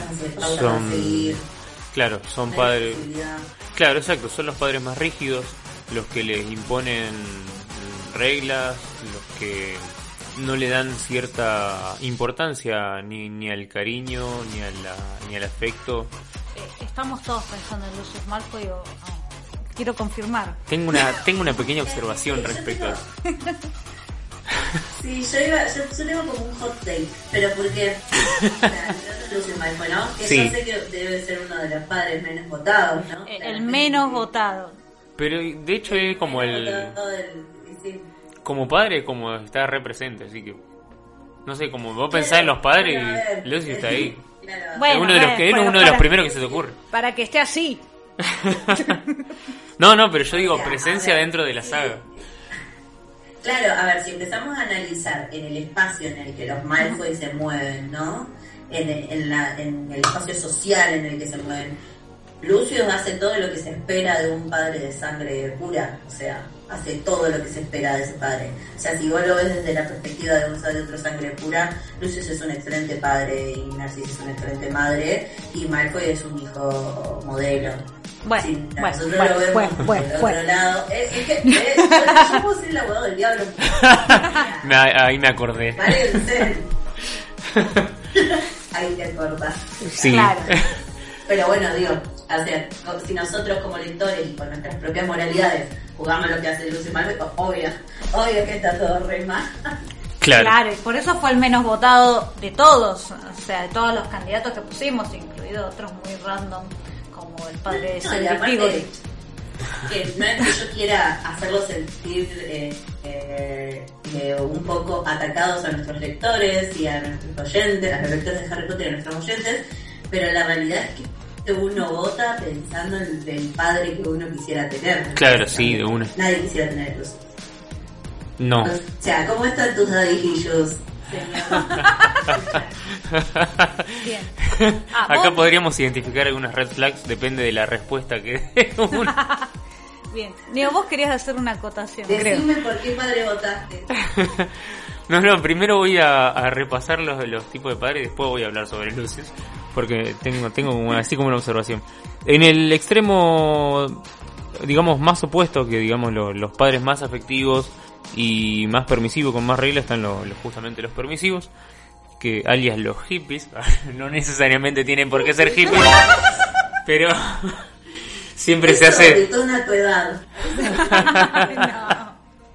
son padres... Claro, exacto, son los padres más rígidos, los que les imponen reglas, los que no le dan cierta importancia ni al cariño, ni al afecto. Estamos todos pensando en Lucius Malfoy o no. Quiero confirmar. Tengo una pequeña observación respecto a eso. Sí, yo tengo como un hot take, pero porque Lucius Malfoy, ¿no? Que sí. Yo sé que debe ser uno de los padres menos votados, ¿no? El menos votado. Pero de hecho es como sí. Como padre, como está represente, así que no sé, como vos pensás en los padres y Lucius está ahí. Claro. Es uno de los primeros que se te ocurre. Para que esté así. No, pero yo digo presencia dentro de la saga. Claro, a ver, si empezamos a analizar en el espacio en el que los Malfoy se mueven, ¿no? En el espacio social en el que se mueven, Lucius hace todo lo que se espera de un padre de sangre pura, o sea, hace todo lo que se espera de ese padre. O sea, si vos lo ves desde la perspectiva de un de otro sangre pura, Lucius es un excelente padre y Narcisa es una excelente madre y Malfoy es un hijo modelo. Nosotros lo vemos por otro lado. Es que yo puedo ser el abogado del diablo. Ahí me acordé. Ahí te acordás. Sí. Claro. Pero digo, o sea, si nosotros como lectores y con nuestras propias moralidades jugamos lo que hace Lucy Malveco, obvio que está todo re mal. Claro, y por eso fue el menos votado de todos, o sea, de todos los candidatos que pusimos, incluidos otros muy random, como el padre de Cedric Diggory. Que no es que yo quiera hacerlos sentir un poco atacados a nuestros lectores y a nuestros oyentes, a los lectores de Harry Potter y a nuestros oyentes, pero la realidad es que uno vota pensando en el padre que uno quisiera tener. Claro, sí, de una. Nadie quisiera tener eso. No. O sea, ¿cómo están tus daddy issues, señor? Bien. Acá podríamos identificar algunas red flags, depende de la respuesta que dé uno. Bien. Neo, vos querías hacer una acotación, creo. Decime por qué padre votaste. No, primero voy a repasar los tipos de padres y después voy a hablar sobre luces, porque tengo así como una observación. En el extremo, digamos, más opuesto, que digamos los padres más afectivos y más permisivos, con más reglas, están justamente los permisivos, que alias los hippies. No necesariamente tienen por qué ser hippies, pero siempre se hace... a tu edad. No.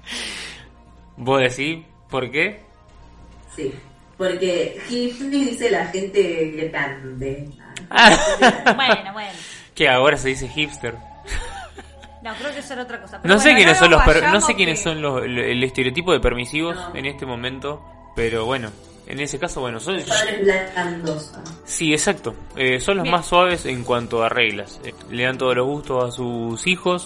¿Vos decís por qué? Sí, porque hippie dice la gente grande. Bueno. Que ahora se dice hipster. No, creo que eso era otra cosa. Pero No sé quiénes son los el estereotipo de permisivos en este momento, pero bueno, en ese caso, bueno, son padres blandos. Sí, exacto. Son los más suaves en cuanto a reglas. Le dan todos los gustos a sus hijos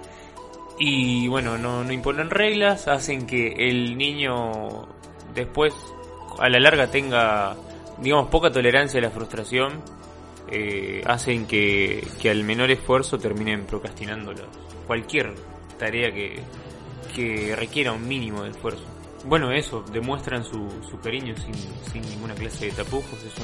y bueno, no imponen reglas, hacen que el niño después a la larga tenga, digamos, poca tolerancia a la frustración. Hacen que al menor esfuerzo terminen procrastinando cualquier tarea que requiera un mínimo de esfuerzo. Bueno, eso, demuestran su cariño sin ninguna clase de tapujos, eso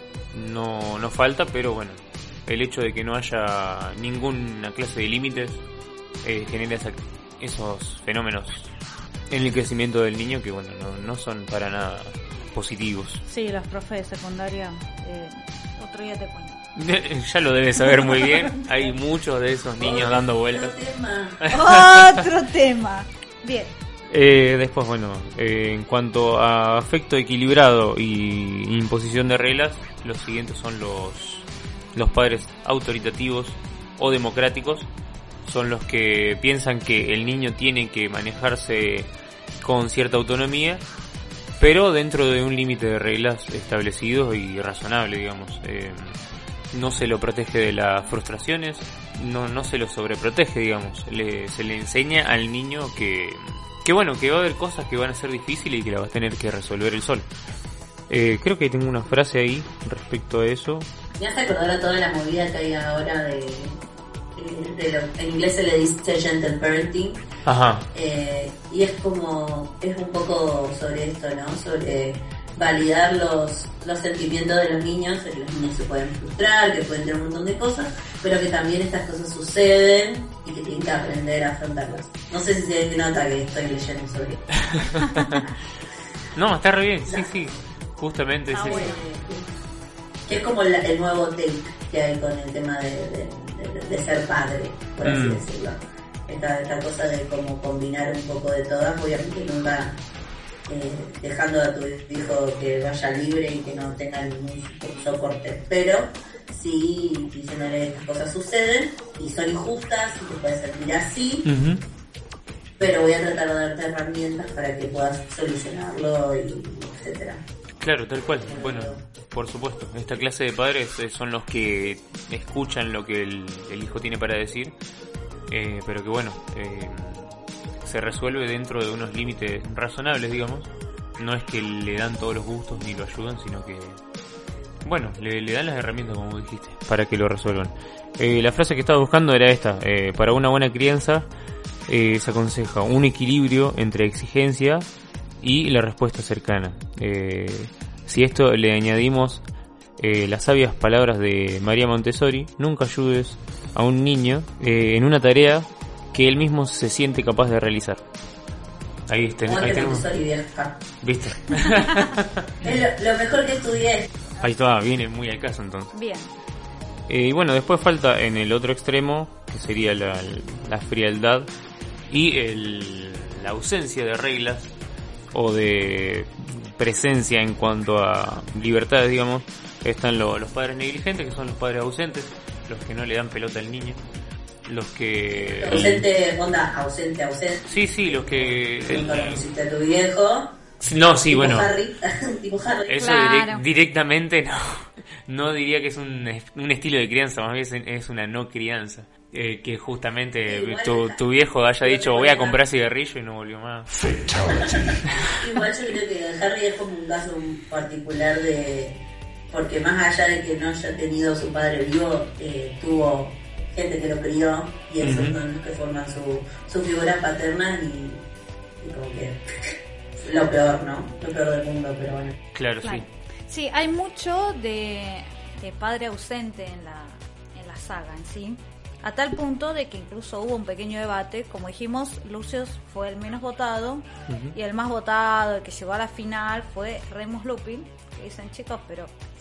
no falta, pero bueno, el hecho de que no haya ninguna clase de límites genera esos fenómenos en el crecimiento del niño que bueno, no son para nada positivos. Sí, los profes de secundaria, otro día te cuento. Ya lo debes saber muy bien, hay muchos de esos niños dando vueltas. Otro tema. Bien. Después, bueno, en cuanto a afecto equilibrado y imposición de reglas, los siguientes son los padres autoritativos o democráticos. Son los que piensan que el niño tiene que manejarse con cierta autonomía, pero dentro de un límite de reglas establecidos y razonable, digamos. No se lo protege de las frustraciones, no se lo sobreprotege, digamos. Se le enseña al niño que bueno, que va a haber cosas que van a ser difíciles y que la va a tener que resolver él solo. Creo que tengo una frase ahí respecto a eso. Me hace acordar a toda la movida que hay ahora en inglés se le dice gentle parenting. Ajá. Y es un poco sobre esto, ¿no? Sobre validar los sentimientos de los niños, que los niños se pueden frustrar, que pueden tener un montón de cosas, pero que también estas cosas suceden y que tienen que aprender a afrontarlas. No sé si se nota que estoy leyendo sobre esto. No, está re bien, sí, justamente es bueno. Que es como el nuevo take que hay con el tema de ser padre, por así decirlo. Esta cosa de cómo combinar un poco de todas, obviamente nunca dejando a tu hijo que vaya libre y que no tenga ningún soporte, pero sí diciéndole que estas cosas suceden y son injustas y te puedes sentir así, pero voy a tratar de darte herramientas para que puedas solucionarlo y etcétera. Claro, tal cual. Bueno, por supuesto, esta clase de padres son los que escuchan lo que el hijo tiene para decir, pero que bueno, se resuelve dentro de unos límites razonables, digamos. No es que le dan todos los gustos ni lo ayudan, sino que bueno, le dan las herramientas, como dijiste, para que lo resuelvan. La frase que estaba buscando era esta: para una buena crianza se aconseja un equilibrio entre exigencia y la respuesta cercana. Si esto le añadimos las sabias palabras de María Montessori: nunca ayudes a un niño en una tarea que él mismo se siente capaz de realizar. Ahí tenemos. ¿Viste? Es lo mejor que estudié. Ahí está, viene muy al caso entonces. Bien. Y bueno, después falta en el otro extremo, que sería la frialdad y la ausencia de reglas o de presencia en cuanto a libertades, digamos. Están los padres negligentes, que son los padres ausentes, los que no le dan pelota al niño, los que... Ausente. Sí, los que... Cuando lo pusiste a tu viejo... No, sí, tipo bueno. Tipo Harry. Eso claro. Directamente no diría que es un estilo de crianza, más bien es una no crianza. Que justamente tu viejo haya dicho voy a comprar cigarrillo y no volvió más. Igual yo creo que Harry es como un caso particular porque más allá de que no haya tenido su padre vivo, tuvo gente que lo crió y esos son los que forman su figura paterna y como que lo peor, ¿no? Lo peor del mundo, pero bueno. Claro. Sí. Sí, hay mucho de padre ausente en la saga en sí. A tal punto de que incluso hubo un pequeño debate. Como dijimos, Lucius fue el menos votado y el más votado, el que llegó a la final, fue Remus Lupin. Que dicen, chicos, pero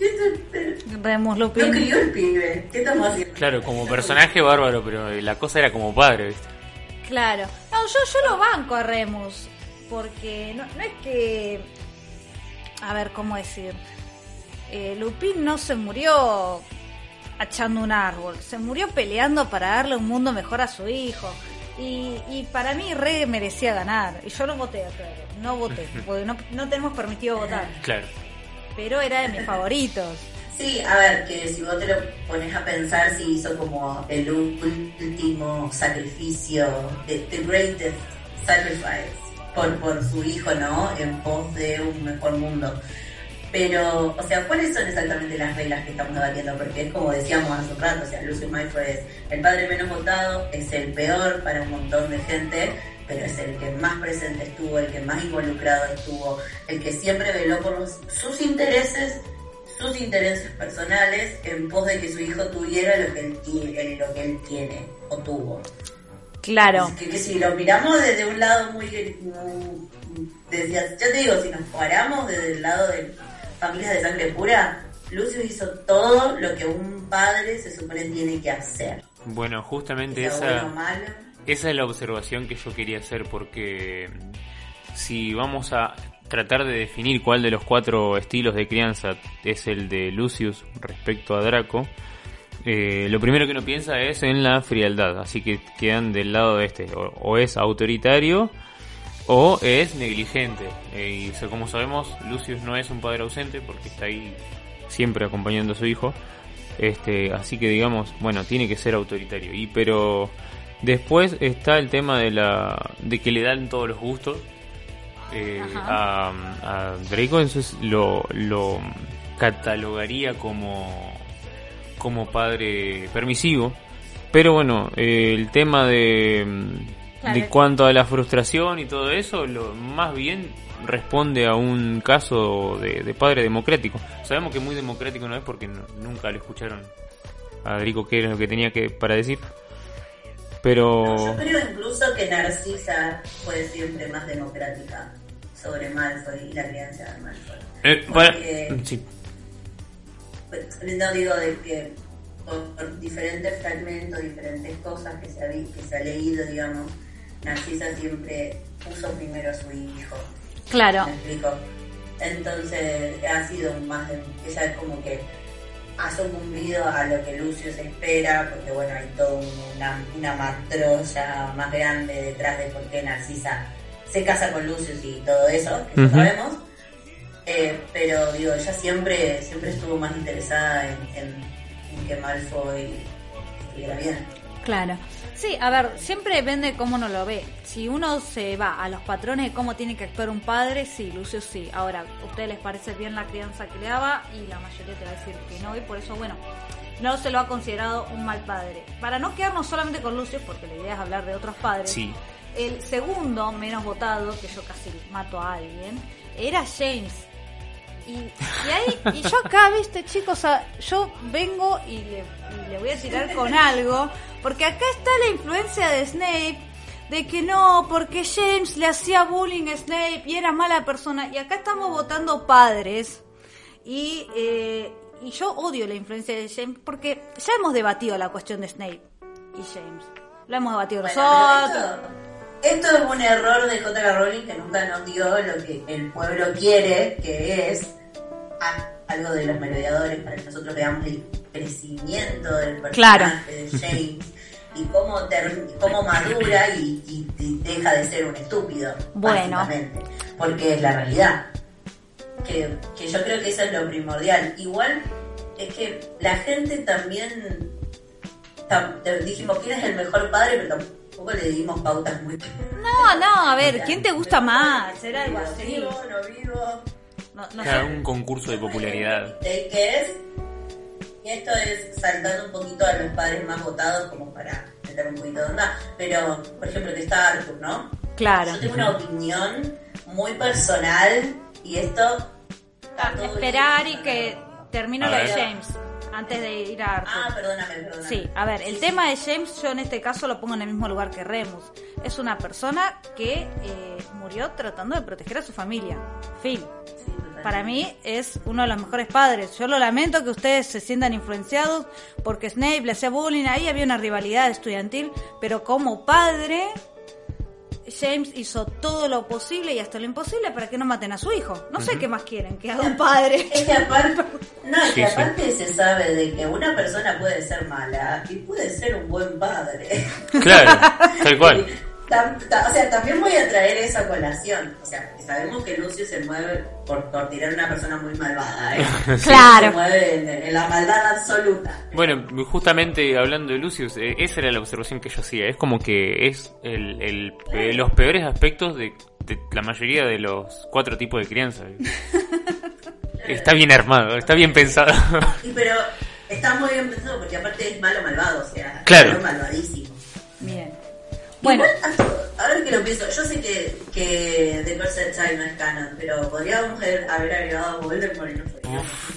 Remus Lupin no crió el pibe. ¿Qué estamos haciendo? Claro, como personaje bárbaro, pero la cosa era como padre, ¿viste? Claro. No, yo lo banco a Remus, porque no es que... A ver, ¿cómo decir? Lupin no se murió achando un árbol, se murió peleando para darle un mundo mejor a su hijo. Y para mí Rey merecía ganar. Y yo no voté, claro. No voté, porque no tenemos permitido votar. Claro. Pero era de mis favoritos. Sí, a ver, que si vos te lo pones a pensar, si hizo como el último sacrificio, the greatest sacrifice por su hijo, ¿no? En pos de un mejor mundo. Pero, o sea, ¿cuáles son exactamente las reglas que estamos debatiendo? Porque es como decíamos hace un rato, o sea, Lucius Malfoy es el padre menos votado, es el peor para un montón de gente, pero es el que más presente estuvo, el que más involucrado estuvo, el que siempre veló por sus intereses personales en pos de que su hijo tuviera lo que él tiene o tuvo. Claro. Que si lo miramos desde un lado ya te digo, si nos paramos desde el lado de familias de sangre pura, Lucius hizo todo lo que un padre se supone tiene que hacer. Bueno, justamente esa es la observación que yo quería hacer, porque si vamos a tratar de definir cuál de los 4 estilos de crianza es el de Lucius respecto a Draco, lo primero que uno piensa es en la frialdad, así que quedan del lado de este, o es autoritario o es negligente. Y como sabemos, Lucius no es un padre ausente porque está ahí siempre acompañando a su hijo, así que digamos, bueno, tiene que ser autoritario. Pero después está el tema de que le dan todos los gustos a Draco, entonces lo catalogaría como padre permisivo. Pero bueno, el tema de cuanto a la frustración y todo eso, más bien responde a un caso de padre democrático. Sabemos que muy democrático no es porque nunca le escucharon a Draco qué era lo que tenía para decir. Pero yo creo incluso que Narcisa fue siempre más democrática sobre Malfoy y la crianza de Malfoy. Sí. No digo de que por diferentes fragmentos, diferentes cosas que se ha leído, digamos, Narcisa siempre puso primero a su hijo. Claro. ¿Me explico? Entonces ha sido más ella es como que ha sucumbido a lo que Lucius espera, porque bueno, hay toda una matrolla más grande detrás de por qué Narcisa se casa con Lucius y todo eso, que no sabemos. Pero digo, ella siempre estuvo más interesada en que Malfoy estuviera bien. Claro. Sí, a ver, siempre depende de cómo uno lo ve. Si uno se va a los patrones de cómo tiene que actuar un padre, sí, Lucius sí. Ahora, ¿a ustedes les parece bien la crianza que le daba? Y la mayoría te va a decir que no, y por eso, bueno, no se lo ha considerado un mal padre. Para no quedarnos solamente con Lucius, porque la idea es hablar de otros padres, sí. El segundo menos votado, que yo casi mato a alguien, era James. Y yo acá, viste, chicos, yo vengo y le voy a tirar con algo, porque acá está la influencia de Snape, de que no, porque James le hacía bullying a Snape y era mala persona, y acá estamos votando padres, y yo odio la influencia de James, porque ya hemos debatido la cuestión de Snape y James, lo hemos debatido nosotros. esto es un error de J.K. Rowling que nunca nos dio lo que el pueblo quiere, que es algo de los merodeadores para que nosotros veamos el crecimiento del personaje de James y cómo madura y deja de ser un estúpido, básicamente, porque es la realidad. Que yo creo que eso es lo primordial. Igual es que la gente también dijimos quién es el mejor padre, pero tampoco le dimos pautas muy... No, a ver, ¿quién te gusta más? Era algo así. No vivo. No Claro, sé. un concurso de popularidad. Y esto es saltando un poquito a los padres más votados como para meter un poquito de onda, pero por ejemplo que está Arthur, ¿no? Claro. Yo tengo una opinión muy personal y esto... Esperar y que termine A lo de ver. James antes de ir a Arthur. Perdóname. Sí, a ver, el tema de James yo en este caso lo pongo en el mismo lugar que Remus. Es una persona que murió tratando de proteger a su familia. Fin. Para mí es uno de los mejores padres. Yo lo lamento que ustedes se sientan influenciados porque Snape le hacía bullying, ahí había una rivalidad estudiantil, pero como padre, James hizo todo lo posible y hasta lo imposible para que no maten a su hijo. No sé qué más quieren que haga un padre. Es que aparte se sabe de que una persona puede ser mala y puede ser un buen padre. Claro, tal cual. O sea, también voy a traer esa colación. O sea, sabemos que Lucius se mueve por tirar a una persona muy malvada, ¿eh? Claro. Se mueve en la maldad absoluta. Bueno, justamente hablando de Lucius, esa era la observación que yo hacía. Es como que es los peores aspectos de la mayoría de los 4 tipos de crianza. Está bien armado, está bien pensado. Pero está muy bien pensado porque aparte es malo malvado, o sea, claro. Es malvadísimo. Bien. Bueno, igual, a ver que lo pienso, yo sé que The Cursed Child no es canon, pero podríamos haber agregado a Voldemort y no fue.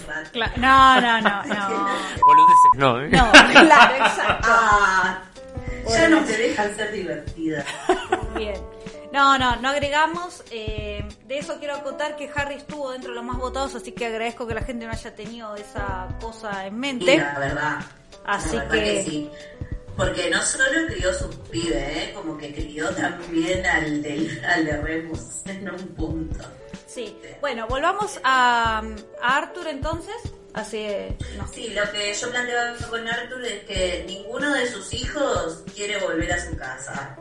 No. Boludeces, no, ¿eh? No, claro, exacto. Ya no te dejan ser divertida. Bien. No agregamos. De eso quiero acotar que Harry estuvo dentro de los más votados, así que agradezco que la gente no haya tenido esa cosa en mente. Sí, la verdad. Así la verdad que sí. Porque no solo crió sus pibes, como que crió también al de Remus en un punto. Sí. Bueno, volvamos a Arthur entonces. Así no. Sí, lo que yo planteaba con Arthur es que ninguno de sus hijos quiere volver a su casa.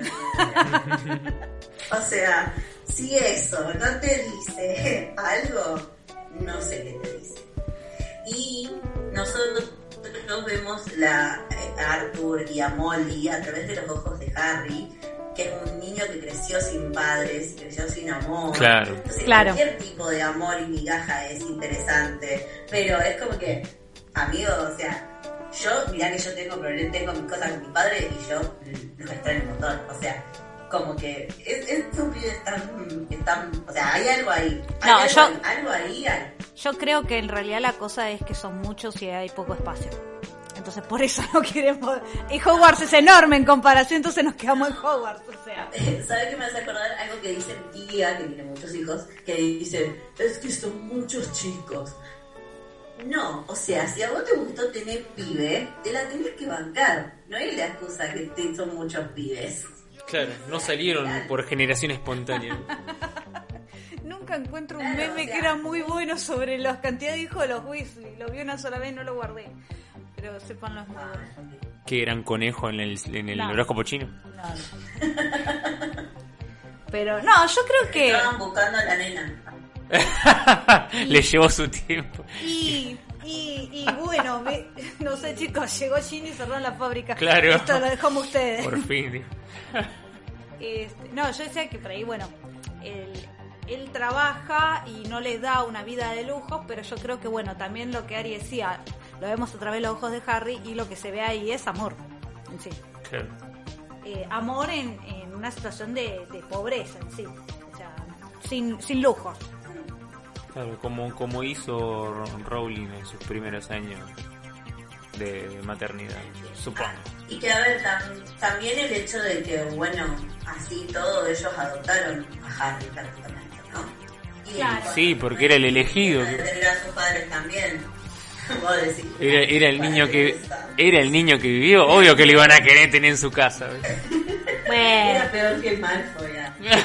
O sea, si eso no te dice algo, no sé qué te dice. Y nosotros vemos a Arthur y a Molly a través de los ojos de Harry, que es un niño que creció sin padres, creció sin amor. Claro. Entonces, claro. Cualquier tipo de amor y migaja es interesante, pero es como que, amigo, o sea, mirá que yo tengo mis cosas con mi padre y yo los extraño un montón, o sea, como que estos pibes están, o sea, hay algo ahí. Algo ahí hay. Yo creo que en realidad la cosa es que son muchos y hay poco espacio. Entonces por eso no queremos... Y Hogwarts es enorme en comparación, entonces nos quedamos en Hogwarts, o sea. ¿Sabes qué me hace acordar? Algo que dice mi tía, que tiene muchos hijos, que dice, es que son muchos chicos. No, o sea, si a vos te gustó tener pibe, te la tenés que bancar. No hay la excusa que son muchos pibes. Claro, no salieron por generación espontánea. Nunca encuentro un meme que era muy bueno sobre la cantidad de hijos de los Weasley. Lo vi una sola vez y no lo guardé. Pero sepan los nuevos. ¿Que eran conejo en el horóscopo chino? No. Pero no, yo creo que... Estaban buscando a la nena. Le llevó su tiempo. Y bueno, no sé, chicos, llegó Ginny y cerró la fábrica. Claro. Esto lo dejamos ustedes. Por fin. No, yo decía que por ahí, bueno, él trabaja y no le da una vida de lujo, pero yo creo que, bueno, también lo que Ari decía, lo vemos a través de los ojos de Harry y lo que se ve ahí es amor en sí. Claro. Amor en una situación de pobreza en sí, o sea, sin lujos. Claro, como hizo Rowling en sus primeros años de maternidad, supongo. Y que, a ver, también el hecho de que, bueno, así todos ellos adoptaron a Harry prácticamente, ¿no? Y claro. Sí, porque era el elegido. Tener a sus padres también. Vos decís, Era el niño que vivió, obvio que lo iban a querer tener en su casa. Bueno. Era peor que Malfoy.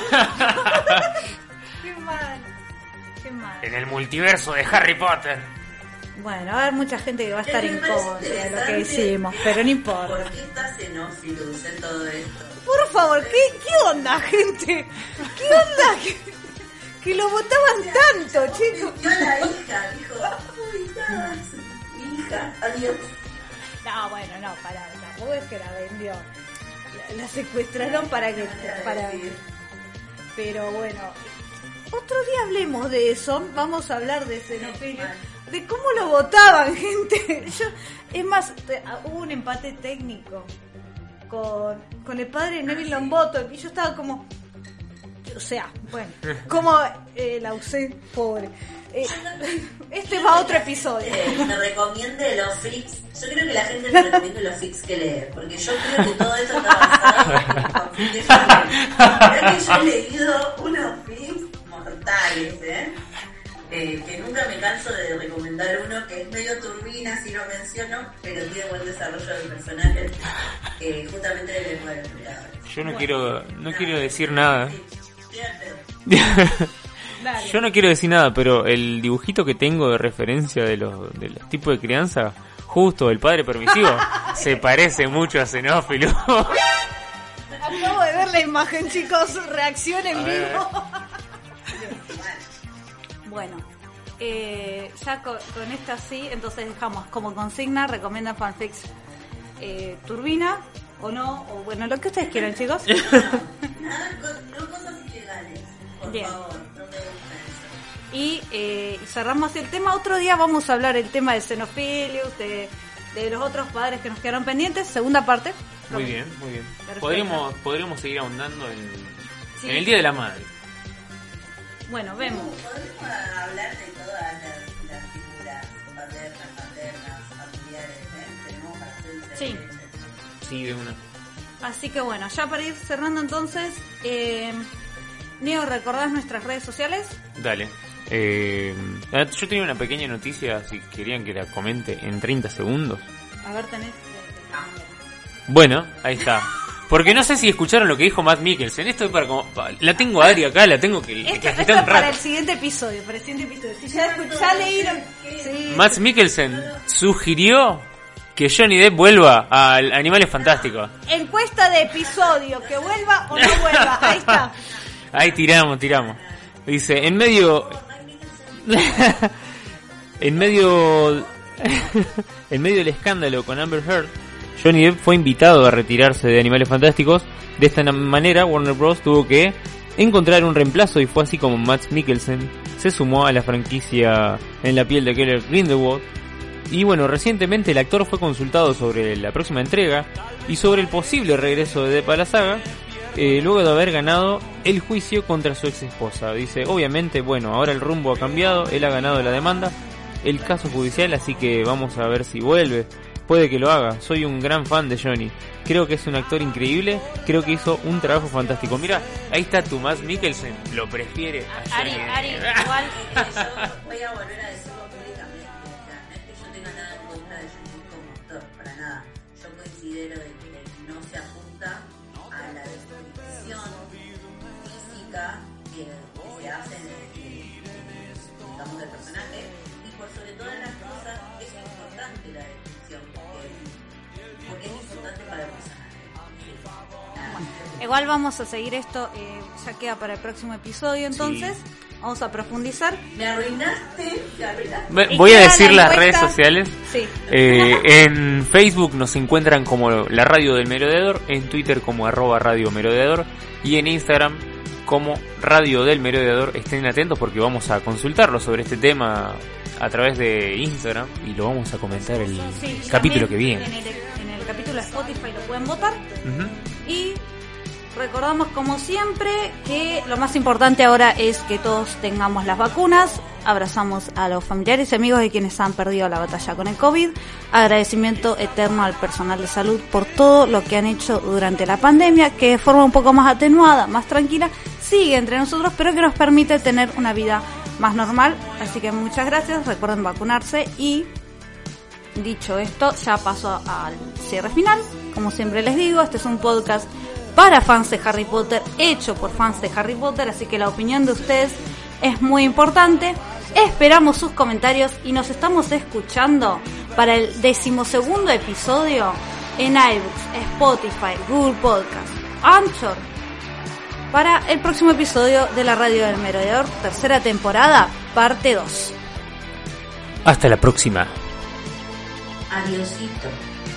Qué mal. Qué mal. En el multiverso de Harry Potter. Bueno, va a haber mucha gente que va a estar Me en parece contra de lo que interesante. hicimos, pero no importa. ¿Por qué está Xenófilus en todo esto? Por favor, ¿qué onda, gente? ¿Qué onda? Que lo votaban tanto, chicos. Yo a la hija, dijo, uy, nada, mi hija, adiós. No, bueno, no, pará, tampoco es que la vendió. La secuestraron para que... Pero bueno, otro día hablemos de eso. Vamos a hablar de Xenofilio, de cómo lo votaban, gente. Es más, hubo un empate técnico con el padre de Neville Longbottom y yo estaba como... O sea, bueno, como la usé, pobre. Este va a otro episodio. Me recomiende los fics. Yo creo que la gente me recomiende los fics que lee, porque yo creo que todo esto está basado en los fanfics que yo leo. Creo que yo he leído unos fics mortales, que nunca me canso de recomendar uno que es medio turbina, si no menciono, pero tiene buen desarrollo del personaje, justamente del bueno. Yo no quiero decir nada. Dale. Yo no quiero decir nada, pero el dibujito que tengo de referencia de los tipos de crianza, justo el padre permisivo, se parece mucho a Xenófilo. Acabo de ver la imagen, chicos. Reacción en vivo. Bueno, ya con esta sí, entonces dejamos como consigna, recomiendan fanfics turbina o no, o bueno, lo que ustedes quieran, chicos. No cosas ilegales, por Bien. favor, no me gusta eso. Y cerramos el tema. Otro día vamos a hablar el tema de Xenophilius, de los otros padres que nos quedaron pendientes, segunda parte. Muy bien, muy bien. Perfecto. Podríamos seguir ahondando Sí. en el Día de la Madre. Bueno, vemos. Podemos hablar de todas las figuras paternas, familiares, tenemos para hacer el Sí. Sí, de una. Así que bueno, ya para ir cerrando entonces, Neo, ¿recordás nuestras redes sociales? Dale. Yo tenía una pequeña noticia, si querían que la comente en 30 segundos. A ver, tenés... Bueno, ahí está. Porque no sé si escucharon lo que dijo Matt Mikkelsen. Esto es para como... La tengo a Ari acá, la tengo que Esto agitar es un para rato. el siguiente episodio, Si ya leyeron... Sí. Matt Mikkelsen sugirió que Johnny Depp vuelva a Animales Fantásticos. Encuesta de episodio, que vuelva o no vuelva. Ahí está. Ahí tiramos. Dice, en medio del escándalo con Amber Heard, Johnny Depp fue invitado a retirarse de Animales Fantásticos. De esta manera, Warner Bros. Tuvo que encontrar un reemplazo y fue así como Matt Mikkelsen se sumó a la franquicia en la piel de Keller Grindelwald. Y bueno, recientemente el actor fue consultado sobre la próxima entrega y sobre el posible regreso de Depp a la saga, luego de haber ganado el juicio contra su ex esposa. Dice, obviamente, bueno, ahora el rumbo ha cambiado, él ha ganado la demanda, el caso judicial, así que vamos a ver si vuelve. Puede que lo haga, soy un gran fan de Johnny, creo que es un actor increíble, creo que hizo un trabajo fantástico. Mira, ahí está tu Matt Mikkelsen, lo prefiere a Johnny. Ari, igual... Yo voy a volver a decirlo públicamente. No es que yo tenga nada en contra de Johnny como actor, para nada. Yo considero de que no se apunta a la descripción física que se hace digamos, del personaje, y por sobre todas las cosas es importante la descripción porque es importante para el personaje. Igual vamos a seguir esto, ya queda para el próximo episodio, entonces vamos a profundizar. Me arruinaste. Voy a queda decir la las redes encuesta. sociales. Sí. En Facebook nos encuentran como La Radio del Merodeador, en Twitter como @Radio Merodeador y en Instagram como Radio del Merodeador. Estén atentos porque vamos a consultarlo sobre este tema a través de Instagram y lo vamos a comentar el Sí, y capítulo también que viene. En el capítulo de Spotify lo pueden votar. Ujú. Y recordamos como siempre que lo más importante ahora es que todos tengamos las vacunas. Abrazamos a los familiares y amigos de quienes han perdido la batalla con el COVID. Agradecimiento eterno al personal de salud por todo lo que han hecho durante la pandemia, que de forma un poco más atenuada, más tranquila, sigue entre nosotros, pero que nos permite tener una vida más normal. Así que muchas gracias, recuerden vacunarse. Y dicho esto, ya paso al cierre final. Como siempre les digo, este es un podcast para fans de Harry Potter, hecho por fans de Harry Potter, así que la opinión de ustedes es muy importante. Esperamos sus comentarios y nos estamos escuchando para el 12º episodio en iBooks, Spotify, Google Podcast, Anchor, para el próximo episodio de la Radio del Merodeador, tercera temporada, parte 2. Hasta la próxima. Adiosito.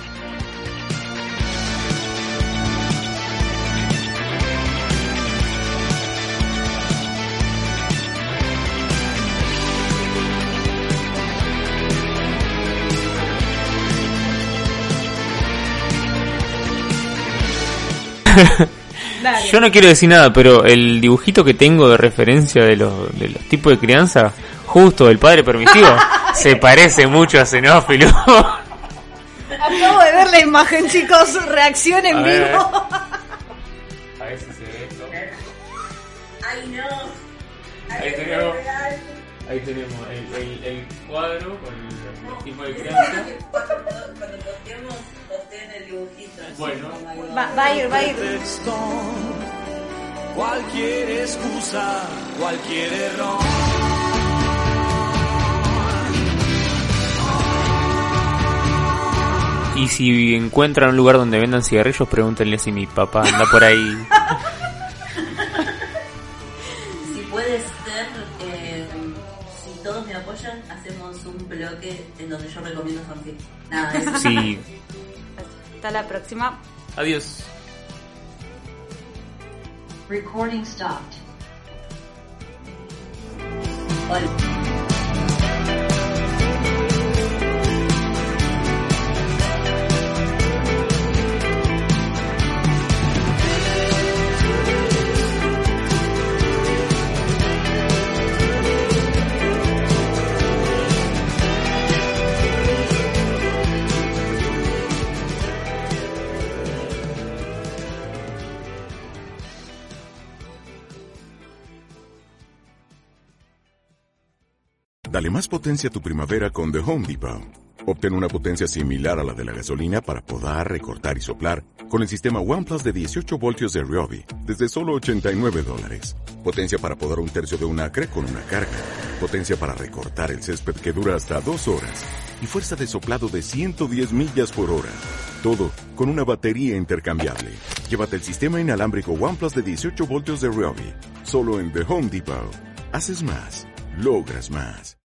Yo no quiero decir nada, pero el dibujito que tengo de referencia de los tipos de crianza, justo del padre permisivo, se parece mucho a Xenófilo. Acabo de ver la imagen, chicos, reacción en vivo. A ver si se ve esto. Ay, no. Ahí tenemos el cuadro con el tipo de crianza. Cuando posteen el dibujito. Bueno. Va a ir. Cualquier excusa, cualquier error. Y si encuentran un lugar donde vendan cigarrillos, pregúntenle si mi papá anda por ahí. Si puede ser, si todos me apoyan, hacemos un bloque en donde yo recomiendo fanfic. Nada, eso. Sí. Hasta la próxima. Adiós. Recording stopped. Hola. Dale más potencia a tu primavera con The Home Depot. Obtén una potencia similar a la de la gasolina para podar, recortar y soplar con el sistema OnePlus de 18 voltios de Ryobi desde solo $89. Potencia para podar 1/3 de un acre con una carga. Potencia para recortar el césped que dura hasta 2 horas. Y fuerza de soplado de 110 millas por hora. Todo con una batería intercambiable. Llévate el sistema inalámbrico OnePlus de 18 voltios de Ryobi. Solo en The Home Depot. Haces más. Logras más.